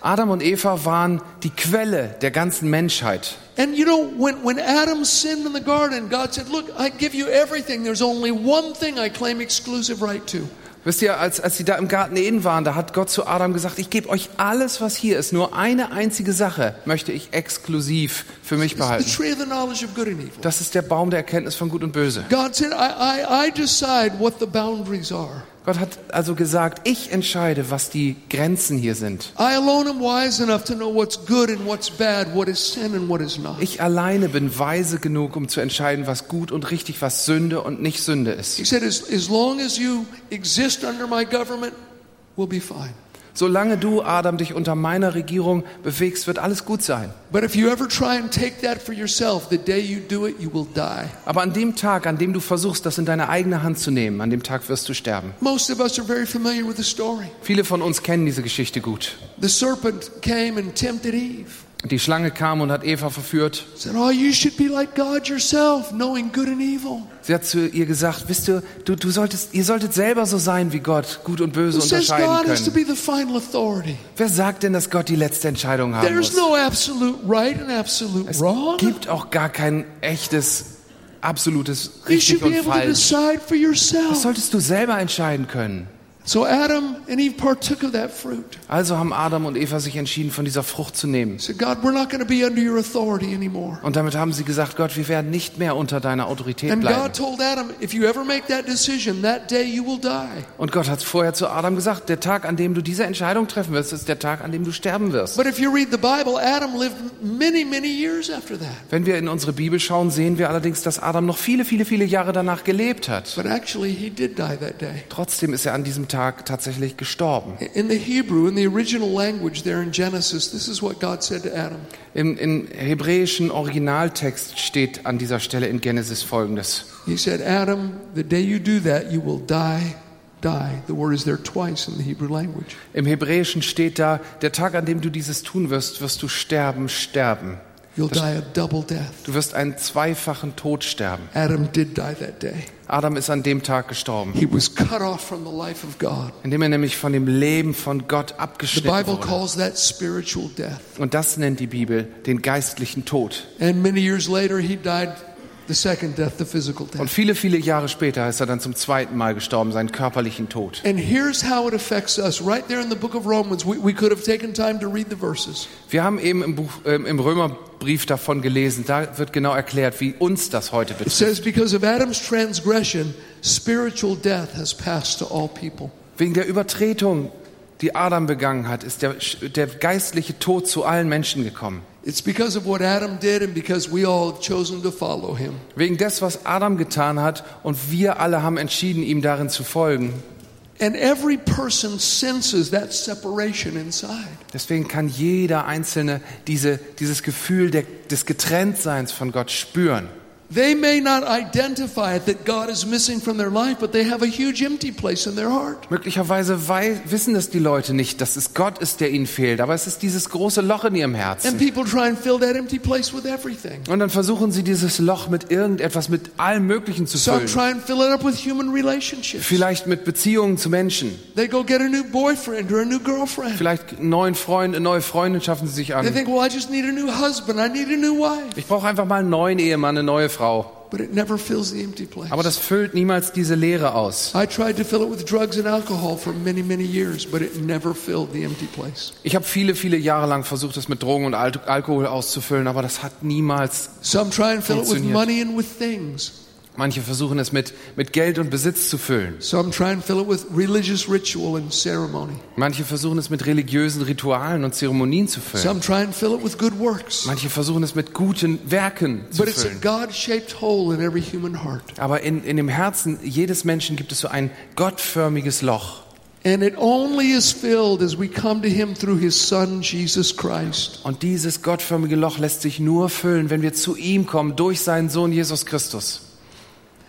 Adam und Eva waren die Quelle der ganzen Menschheit. And you know, when, when Adam sinned in the garden, God said, look, I give you everything. There's only one thing I claim exclusive right to. Wisst ihr, als, als sie da im Garten Eden waren, da hat Gott zu Adam gesagt, ich gebe euch alles, was hier ist. Nur eine einzige Sache möchte ich exklusiv für mich It's the behalten. tree of the knowledge of good and evil. Das ist der Baum der Erkenntnis von Gut und Böse. God said, I, I, I decide what the boundaries are. Gott hat also gesagt, ich entscheide, was die Grenzen hier sind. I alone am wise enough to know what's good and what's bad, what is sin and what is not. Ich alleine bin weise genug, um zu entscheiden, was gut und richtig, was Sünde und nicht Sünde ist. He said, as, as long as you exist under my government, we'll be fine. Solange du, Adam, dich unter meiner Regierung bewegst, wird alles gut sein. But if you ever try and take that for yourself, the day you do it, you will die. Aber an dem Tag, an dem du versuchst, das in deine eigene Hand zu nehmen, an dem Tag wirst du sterben. Most of us are very familiar with the story. Viele von uns kennen diese Geschichte gut. The serpent came and tempted Eve. Die Schlange kam und hat Eva verführt. Said, oh, you should be like God yourself, knowing good and evil. Sie hat zu ihr gesagt, wisst du, du, du solltest, ihr solltet selber so sein wie Gott, gut und böse Who says unterscheiden God has to können. be the final authority? Wer sagt denn, dass Gott die letzte Entscheidung haben There's muss? no absolute right and absolute Es wrong. gibt auch gar kein echtes, absolutes You richtig should be und able to falsch. decide for Das yourself. solltest du selber entscheiden können. So Adam and Eve partook of that fruit. Also haben Adam und Eva sich entschieden, von dieser Frucht zu nehmen. Said, God, we're not going to be under your authority anymore. Und damit haben sie gesagt, Gott, wir werden nicht mehr unter deiner Autorität And bleiben. God told Adam, if you ever make that decision, that day you will die. Und Gott hat vorher zu Adam gesagt, der Tag, an dem du diese Entscheidung treffen wirst, ist der Tag, an dem du sterben wirst. But if you read the Bible, Adam lived many, many years after that. Wenn wir in unsere Bibel schauen, sehen wir allerdings, dass Adam noch viele, viele, viele Jahre danach gelebt hat. But actually, he did die that day. Trotzdem ist er an diesem Tag tatsächlich gestorben. In the Hebrew, in the original language there in Genesis, this is what God said to Adam. Im, im hebräischen Originaltext steht an dieser Stelle in Genesis Folgendes. He said, Adam, the day you do that, you will die, die. The word is there twice in the Hebrew language. Im Hebräischen steht da, der Tag, an dem du dieses tun wirst, wirst du sterben, sterben. You'll die a double death. Du wirst einen zweifachen Tod sterben. Adam did die that day. Adam ist an dem Tag gestorben, He was cut off from the life of God. indem er nämlich von dem Leben von Gott The abgeschnitten Bible wurde. calls that spiritual death. Und das nennt die Bibel den geistlichen Tod. And many years later, he died the second death, the physical Und death. viele, viele Jahre später ist er dann zum zweiten Mal gestorben, seinen körperlichen Tod. And here's how it affects us. Right there in the book of Romans, we, we could have taken time to read the verses. Wir haben eben im, Buch, äh, im Römerbrief davon gelesen, da wird genau erklärt, wie uns das heute It betrifft. says, because of Adam's transgression, spiritual death has passed to all people. Wegen der Übertretung, die Adam begangen hat, ist der, der geistliche Tod zu allen Menschen gekommen. It's because of what Adam did and because we all have chosen to follow him. Wegen des, was Adam getan hat und wir alle haben entschieden, ihm darin zu folgen. And every person senses that separation inside. Deswegen kann jeder Einzelne diese, dieses Gefühl der, des Getrenntseins von Gott spüren. They may not identify it that God is missing from their life, but they have a huge empty place in their heart. Möglicherweise wei- wissen es die Leute nicht, dass es Gott ist, der ihnen fehlt, aber es ist dieses große Loch in ihrem And Herzen. people try and fill that empty place with everything. Und dann versuchen sie dieses Loch mit irgendetwas, mit allem Möglichen zu Some füllen. try and fill it up with human relationships. Vielleicht mit Beziehungen zu Menschen. They go get a new boyfriend or a new girlfriend. Vielleicht einen neuen Freund, eine neue Freundin schaffen sie sich They an. think, well, I just need a new husband. I need a new wife. Ich brauche einfach mal einen neuen Ehemann, eine neue Frau. But it never fills the empty place. Aber das füllt niemals diese Leere aus. I tried to fill it with drugs and alcohol for many, many years, but it never filled the empty place. Ich habe viele, viele Jahre lang versucht, das mit Drogen und Al- Alkohol auszufüllen, aber das hat niemals. Some try and fill it with Funktioniert. money and with things. Manche versuchen es mit, mit Geld und Besitz zu füllen. Some try and fill it with religious ritual and ceremony. Manche versuchen es mit religiösen Ritualen und Zeremonien zu füllen. Some try and fill it with good works. Manche versuchen es mit guten Werken zu But it's a füllen. God-shaped hole in every human heart. Aber in, in dem Herzen jedes Menschen gibt es so ein gottförmiges Loch. And it only is filled as we come to Him through His Son, Jesus Christ. Und dieses gottförmige Loch lässt sich nur füllen, wenn wir zu ihm kommen, durch seinen Sohn Jesus Christus.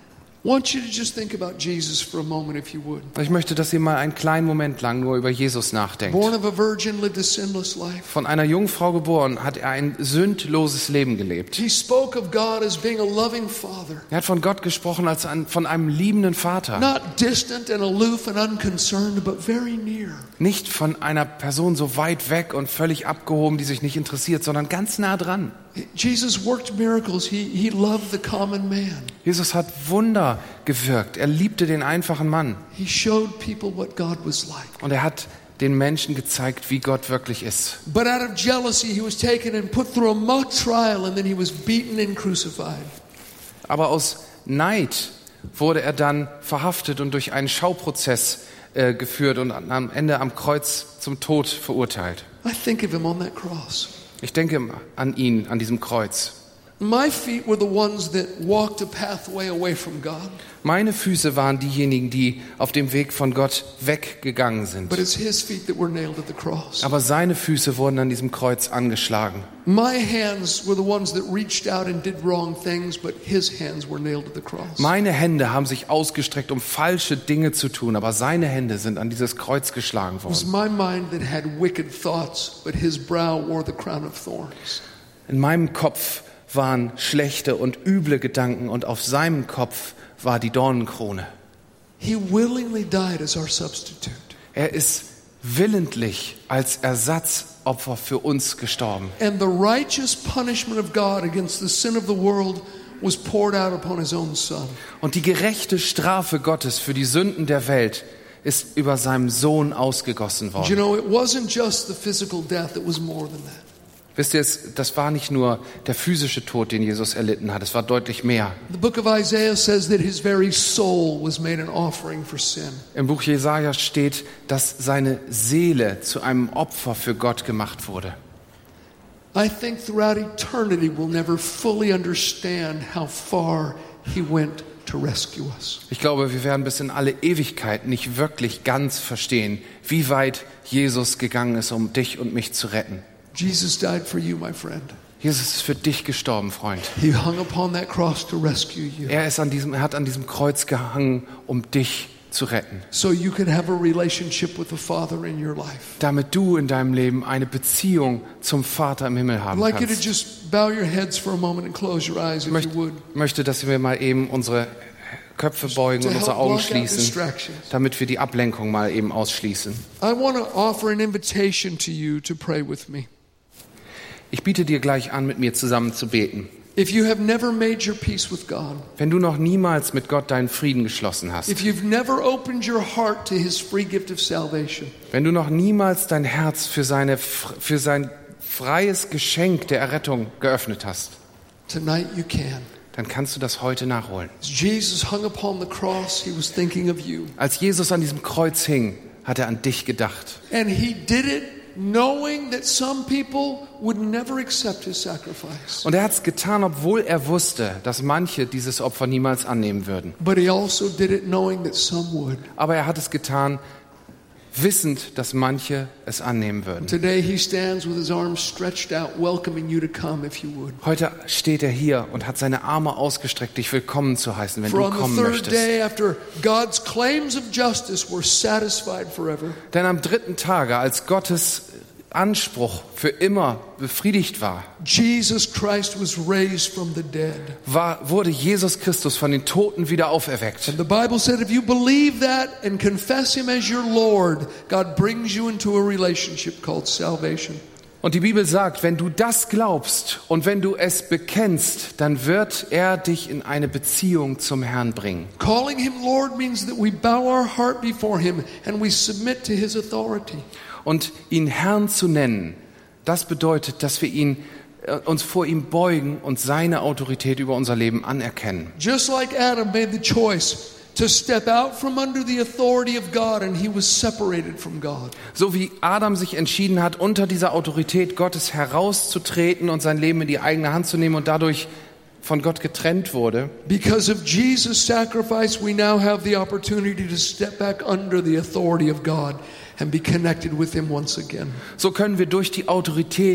I want you to just think about Jesus for a moment, if you would. Ich möchte, dass ihr mal einen kleinen Moment lang nur über Jesus nachdenkt. Born of a virgin, lived a sinless life. Von einer Jungfrau geboren, hat er ein sündloses Leben gelebt. He spoke of God as being a loving father. Er hat von Gott gesprochen als ein, von einem liebenden Vater. Not distant and aloof and unconcerned, but very near. Nicht von einer Person so weit weg und völlig abgehoben, die sich nicht interessiert, sondern ganz nah dran. Jesus worked miracles. He, he loved the common man. Jesus hat Wunder gewirkt. Er liebte den einfachen Mann. He showed people what God was like. Und er hat den Menschen gezeigt, wie Gott wirklich ist. But out of jealousy, he was taken and put through a mock trial, and then he was beaten and crucified. Aber aus Neid wurde er dann verhaftet und durch einen Schauprozess äh, geführt und am Ende am Kreuz zum Tod verurteilt. I think of him on that cross. Ich denke an ihn, an diesem Kreuz. My feet were the ones that walked a pathway away from God. Meine Füße waren diejenigen, die auf dem Weg von Gott weggegangen sind. But it's his feet that were nailed at the cross. Aber seine Füße wurden an diesem Kreuz angeschlagen. My hands were the ones that reached out and did wrong things, but his hands were nailed at the cross. Meine Hände haben sich ausgestreckt, um falsche Dinge zu tun, aber seine Hände sind an dieses Kreuz geschlagen It was worden. my mind that had wicked thoughts, but his brow wore the crown of thorns. In meinem Kopf waren schlechte und üble Gedanken und auf seinem Kopf war die Dornenkrone. He willingly died as our substitute. Er ist willentlich als Ersatzopfer für uns gestorben. And the righteous punishment of God against the sin of the world was poured out upon his own son. Und die gerechte Strafe Gottes für die Sünden der Welt ist über seinem Sohn ausgegossen And you worden. know, it wasn't just the physical death, it was more than that. Wisst ihr, es- das war nicht nur der physische Tod, den Jesus erlitten hat, es war deutlich mehr. The book of Isaiah says that his very soul was made an offering for sin. Im Buch Jesaja steht, dass seine Seele zu einem Opfer für Gott gemacht wurde. I think throughout eternity we'll never fully understand how far he went to rescue us. Ich glaube, wir werden bis in alle Ewigkeit nicht wirklich ganz verstehen, wie weit Jesus gegangen ist, um dich und mich zu retten. Jesus died for you, my friend. Jesus ist für dich gestorben, Freund. He hung upon that cross to rescue you, Er ist an diesem, er hat an diesem Kreuz gehangen, um dich zu retten, so you could have a relationship with the Father in your life. damit du in deinem Leben eine Beziehung zum Vater im Himmel I'd haben like you to kannst. just bow your heads for a moment and close your eyes, Ich if möchte, you would, möchte, dass wir mal eben unsere Köpfe beugen to und help unsere Augen block out schließen, distractions. damit wir die Ablenkung mal eben ausschließen. I want to offer an invitation to you to pray with me. Ich biete dir gleich an, mit mir zusammen zu beten. If you have never made your peace with God, Wenn du noch niemals mit Gott deinen Frieden geschlossen hast, if you've never opened your heart to his free gift of salvation, wenn du noch niemals dein Herz für, seine, für sein freies Geschenk der Errettung geöffnet hast, tonight you can. dann kannst du das heute nachholen. As Jesus hung upon the cross, he was thinking of you. Als Jesus an diesem Kreuz hing, hat er an dich gedacht. And he did it knowing that some people would never accept his sacrifice. Und er hat es getan, obwohl er wusste, dass manche dieses Opfer niemals annehmen würden. But he also did it knowing that some would. Aber er hat es getan, wissend, dass manche es annehmen würden. Today he stands with his arms stretched out, welcoming you to come if you would. Heute steht er hier und hat seine Arme ausgestreckt, dich willkommen zu heißen, wenn For du on the kommen third möchtest. day, after God's claims of justice were satisfied forever, Denn am dritten Tage, als Gottes Anspruch für immer befriedigt war, Jesus Christ was raised from the dead. war, wurde Jesus Christus von den Toten wieder auferweckt. And the Bible said if you believe that and confess him as your Lord, God brings you into a relationship called salvation. Und die Bibel sagt, wenn du das glaubst und wenn du es bekennst, dann wird er dich in eine Beziehung zum Herrn bringen. Calling him Lord means that we bow our heart before him and we submit to his authority. Und ihn Herrn zu nennen, das bedeutet, dass wir ihn, äh, uns vor ihm beugen und seine Autorität über unser Leben anerkennen. Just like Adam made the choice to step out from under the authority of God and he was separated from God. So wie Adam sich entschieden hat, unter dieser Autorität Gottes herauszutreten und sein Leben in die eigene Hand zu nehmen und dadurch von Gott getrennt wurde. Because of Jesus' sacrifice, we now have the opportunity to step back under the authority of God and be connected with him once again. So können wir durch die Autorität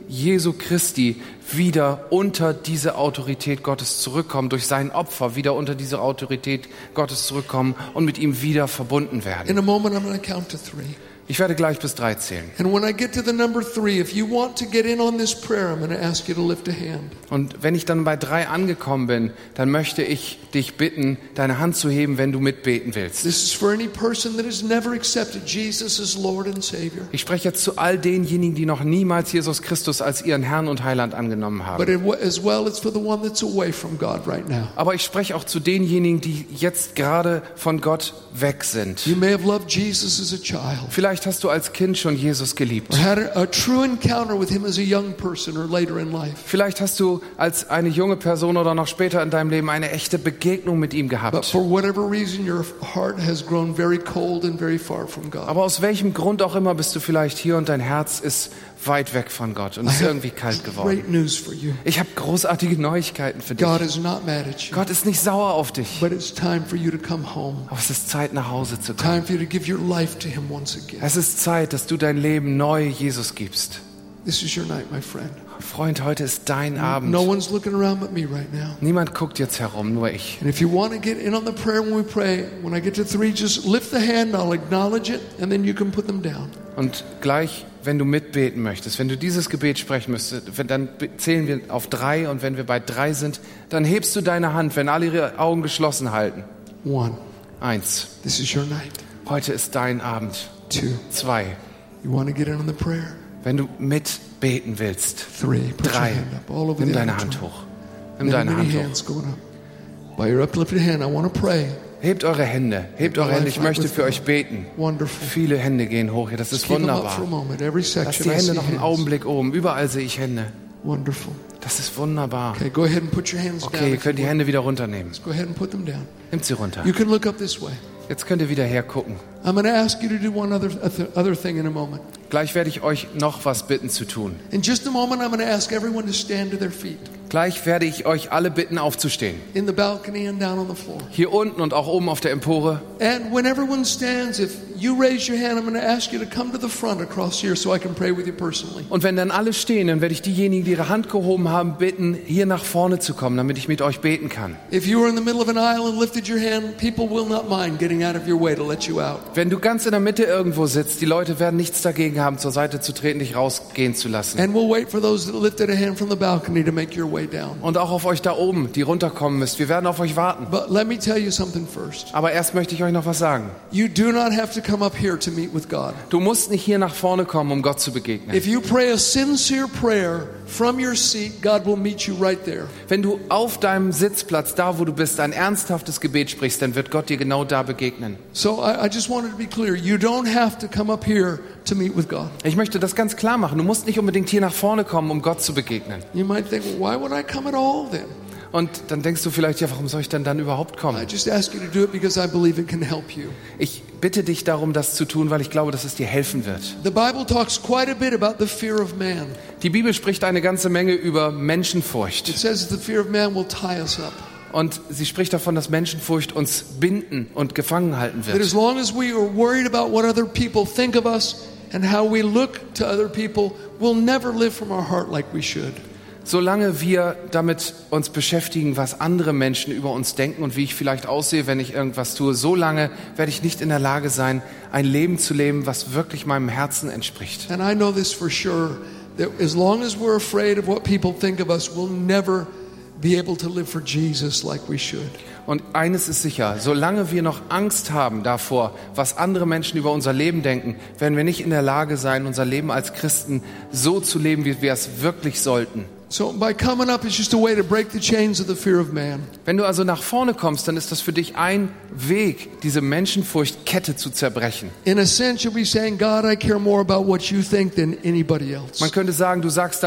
Jesu Christi wieder unter diese Autorität Gottes zurückkommen, durch sein Opfer wieder unter diese Autorität Gottes zurückkommen und mit ihm wieder verbunden werden. In a moment I'm going to count to three. Ich werde gleich bis drei zählen. And when I get to the number three, if you want to get in on this prayer, I'm going to ask you to lift a hand. Und wenn ich dann bei drei angekommen bin, dann möchte ich dich bitten, deine Hand zu heben, wenn du mitbeten willst. This is for any person that has never accepted Jesus as Lord and Savior. Ich spreche jetzt zu all denjenigen, die noch niemals Jesus Christus als ihren Herrn und Heiland angenommen haben. But it, as well, it's for the one that's away from God right now. Aber ich spreche auch zu denjenigen, die jetzt gerade von Gott weg sind. You may have loved Jesus as a child. Vielleicht hast du als Kind schon Jesus geliebt. Or had a, a true encounter with him as a young person or later in life. Vielleicht hast du als eine junge Person oder noch später in deinem Leben eine echte Begegnung mit ihm But gehabt. for whatever reason, your heart has grown very cold and very far from God. Aber aus welchem Grund auch immer bist du vielleicht hier und dein Herz ist weit weg von Gott und I ist have irgendwie kalt geworden. great news for you. Ich habe großartige Neuigkeiten für dich. God is not mad at you, Gott ist nicht sauer auf dich. but it's time for you to come home. Aber es ist Zeit, nach Hause zu kommen. Time for you to give your life to him once again. Es ist Zeit, dass du dein Leben neu Jesus gibst. This is your night, my friend. Freund, heute ist dein Abend. No one's looking around but me right now. Niemand guckt jetzt herum, nur ich. And if you want to get in on the prayer when we pray, when I get to three, just lift the hand, I'll acknowledge it, and then you can put them down. Und gleich, wenn du mitbeten möchtest, wenn du dieses Gebet sprechen müsstest, dann zählen wir auf drei und wenn wir bei drei sind, dann hebst du deine Hand, wenn alle ihre Augen geschlossen halten. One, Eins. this is your night. Heute ist dein Abend. Two, Zwei. you want to get in on the prayer? Wenn du mitbeten willst. Three, put your Drei. hand up all over Nimm the deine auditorium. Hand hoch. Nimm Many, deine many Hand hoch. hands going up. By your uplifted hand, I want to pray. Hebt eure Hände. Hebt eure Hände. Ich möchte für euch beten. Wonderful. Viele Hände gehen hoch hier. Das ist Keep them up wunderbar. for a moment. Every Lass section die I see Hände noch einen hands. Augenblick oben. Überall sehe ich Hände. Wonderful. Das ist wunderbar. Okay, go ahead and put your hands down. Okay, ihr if könnt die you Hände wieder runternehmen. will. Go ahead and put them down. Nehmt sie runter. You can look up this way. Jetzt könnt ihr wieder hergucken. I'm going to ask you to do one other other thing in a moment. Gleich werde ich euch noch was bitten zu tun. In just a moment, I'm going to ask everyone to stand to their feet Gleich werde ich euch alle bitten, aufzustehen. in the balcony and down on the floor. Hier unten und auch oben auf der Empore. And when everyone stands, if you raise your hand, I'm going to ask you to come to the front across here so I can pray with you personally. Und wenn dann alle stehen, dann werde ich diejenigen, die ihre Hand gehoben haben, bitten, hier nach vorne zu kommen, damit ich mit euch beten kann. If you were in the middle of an aisle and lifted your hand, people will not mind getting out of your way to let you out. Wenn du ganz in der Mitte irgendwo sitzt, die Leute werden nichts dagegen haben, zur Seite zu treten, dich rausgehen zu lassen. And we'll wait for those that lifted a hand from the balcony to make your way down. Und auch auf euch da oben, die runterkommen müsst. Wir werden auf euch warten. But let me tell you something first. Aber erst möchte ich euch noch was sagen. You do not have to come up here to meet with God. Du musst nicht hier nach vorne kommen, um Gott zu begegnen. If you pray a sincere prayer from your seat, God will meet you right there. Wenn du auf deinem Sitzplatz, da wo du bist, ein ernsthaftes Gebet sprichst, dann wird Gott dir genau da begegnen. So I, I just wanted to be clear. You don't have to come up here to meet with God. Ich möchte das ganz klar machen. Du musst nicht unbedingt hier nach vorne kommen, um Gott zu begegnen. You might think, well, why would I come at all then? Und dann denkst du vielleicht, ja, warum soll ich denn dann überhaupt I kommen? just ask you to do it because I believe it can help you. Ich bitte dich darum, das zu tun, weil ich glaube, dass es dir helfen wird. The Bible talks quite a bit about the fear of man. Die Bibel spricht eine ganze Menge über It Menschenfurcht. says that the fear of man will tie us up. Und sie spricht davon, dass Menschenfurcht uns binden und gefangen halten That as wird. long as we are worried about what other people think of us and how we look to other people, we'll never live from our heart like we should. Solange wir damit uns beschäftigen, was andere Menschen über uns denken und wie ich vielleicht aussehe, wenn ich irgendwas tue, solange werde ich nicht in der Lage sein, ein Leben zu leben, was wirklich meinem Herzen entspricht. And I know this for sure, that as long as we're afraid of what people think of us, we'll never be able to live for Jesus like we should. Und eines ist sicher, solange wir noch Angst haben davor, was andere Menschen über unser Leben denken, werden wir nicht in der Lage sein, unser Leben als Christen so zu leben, wie wir es wirklich sollten. So by coming up, it's just a way to break the chains of the fear of man. Wenn du also nach vorne kommst, dann ist das für dich ein Weg, diese Menschenfurchtkette zu zerbrechen. In a sense, you'll be saying, God, I care more about what you think than anybody else. Man könnte sagen, du sagst dann,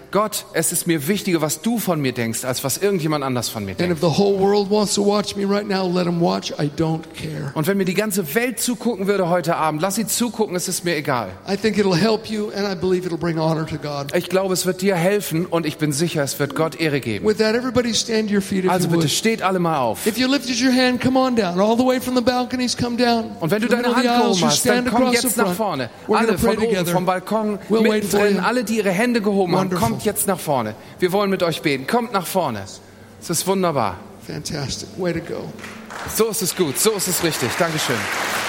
Gott, es ist mir wichtiger, was du von mir denkst, als was irgendjemand anders von mir And if denkt. the whole world wants to watch me right now, let them watch. I don't care. Und wenn mir die ganze Welt zugucken würde heute Abend, lass sie zugucken, es ist mir egal. I think it'll help you, and I believe it'll bring honor to God. Ich glaube, es wird dir helfen und ich bin sicher, es wird Gott Ehre geben. With that, everybody stand to your feet if Also you bitte would. steht alle mal auf. If you lifted your hand, come on down. All the way from the balconies, come down. Und wenn du From the deine middle Hand of the aisles, gehoben you hast, dann stand komm across the jetzt nach front. vorne. We're Alle gonna pray von oben, together. vom Balkon, We'll wait for mittendrin, you. alle, die ihre Hände gehoben haben, Wonderful. kommt jetzt nach vorne. Wir wollen mit euch beten. Kommt nach vorne. Es ist wunderbar. Fantastic. Way to go. So ist es gut, so ist es richtig. Dankeschön.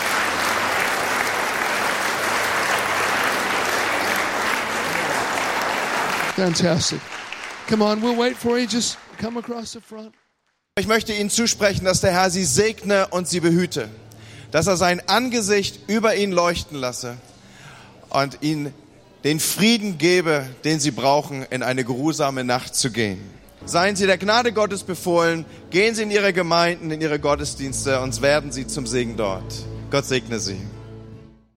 Fantastic. Come on, we'll wait for you. Just come across the front. Ich möchte Ihnen zusprechen, dass der Herr Sie segne und Sie behüte, dass er sein Angesicht über Ihnen leuchten lasse und Ihnen den Frieden gebe, den Sie brauchen, in eine geruhsame Nacht zu gehen. Seien Sie der Gnade Gottes befohlen, gehen Sie in Ihre Gemeinden, in Ihre Gottesdienste und werden Sie zum Segen dort. Gott segne Sie.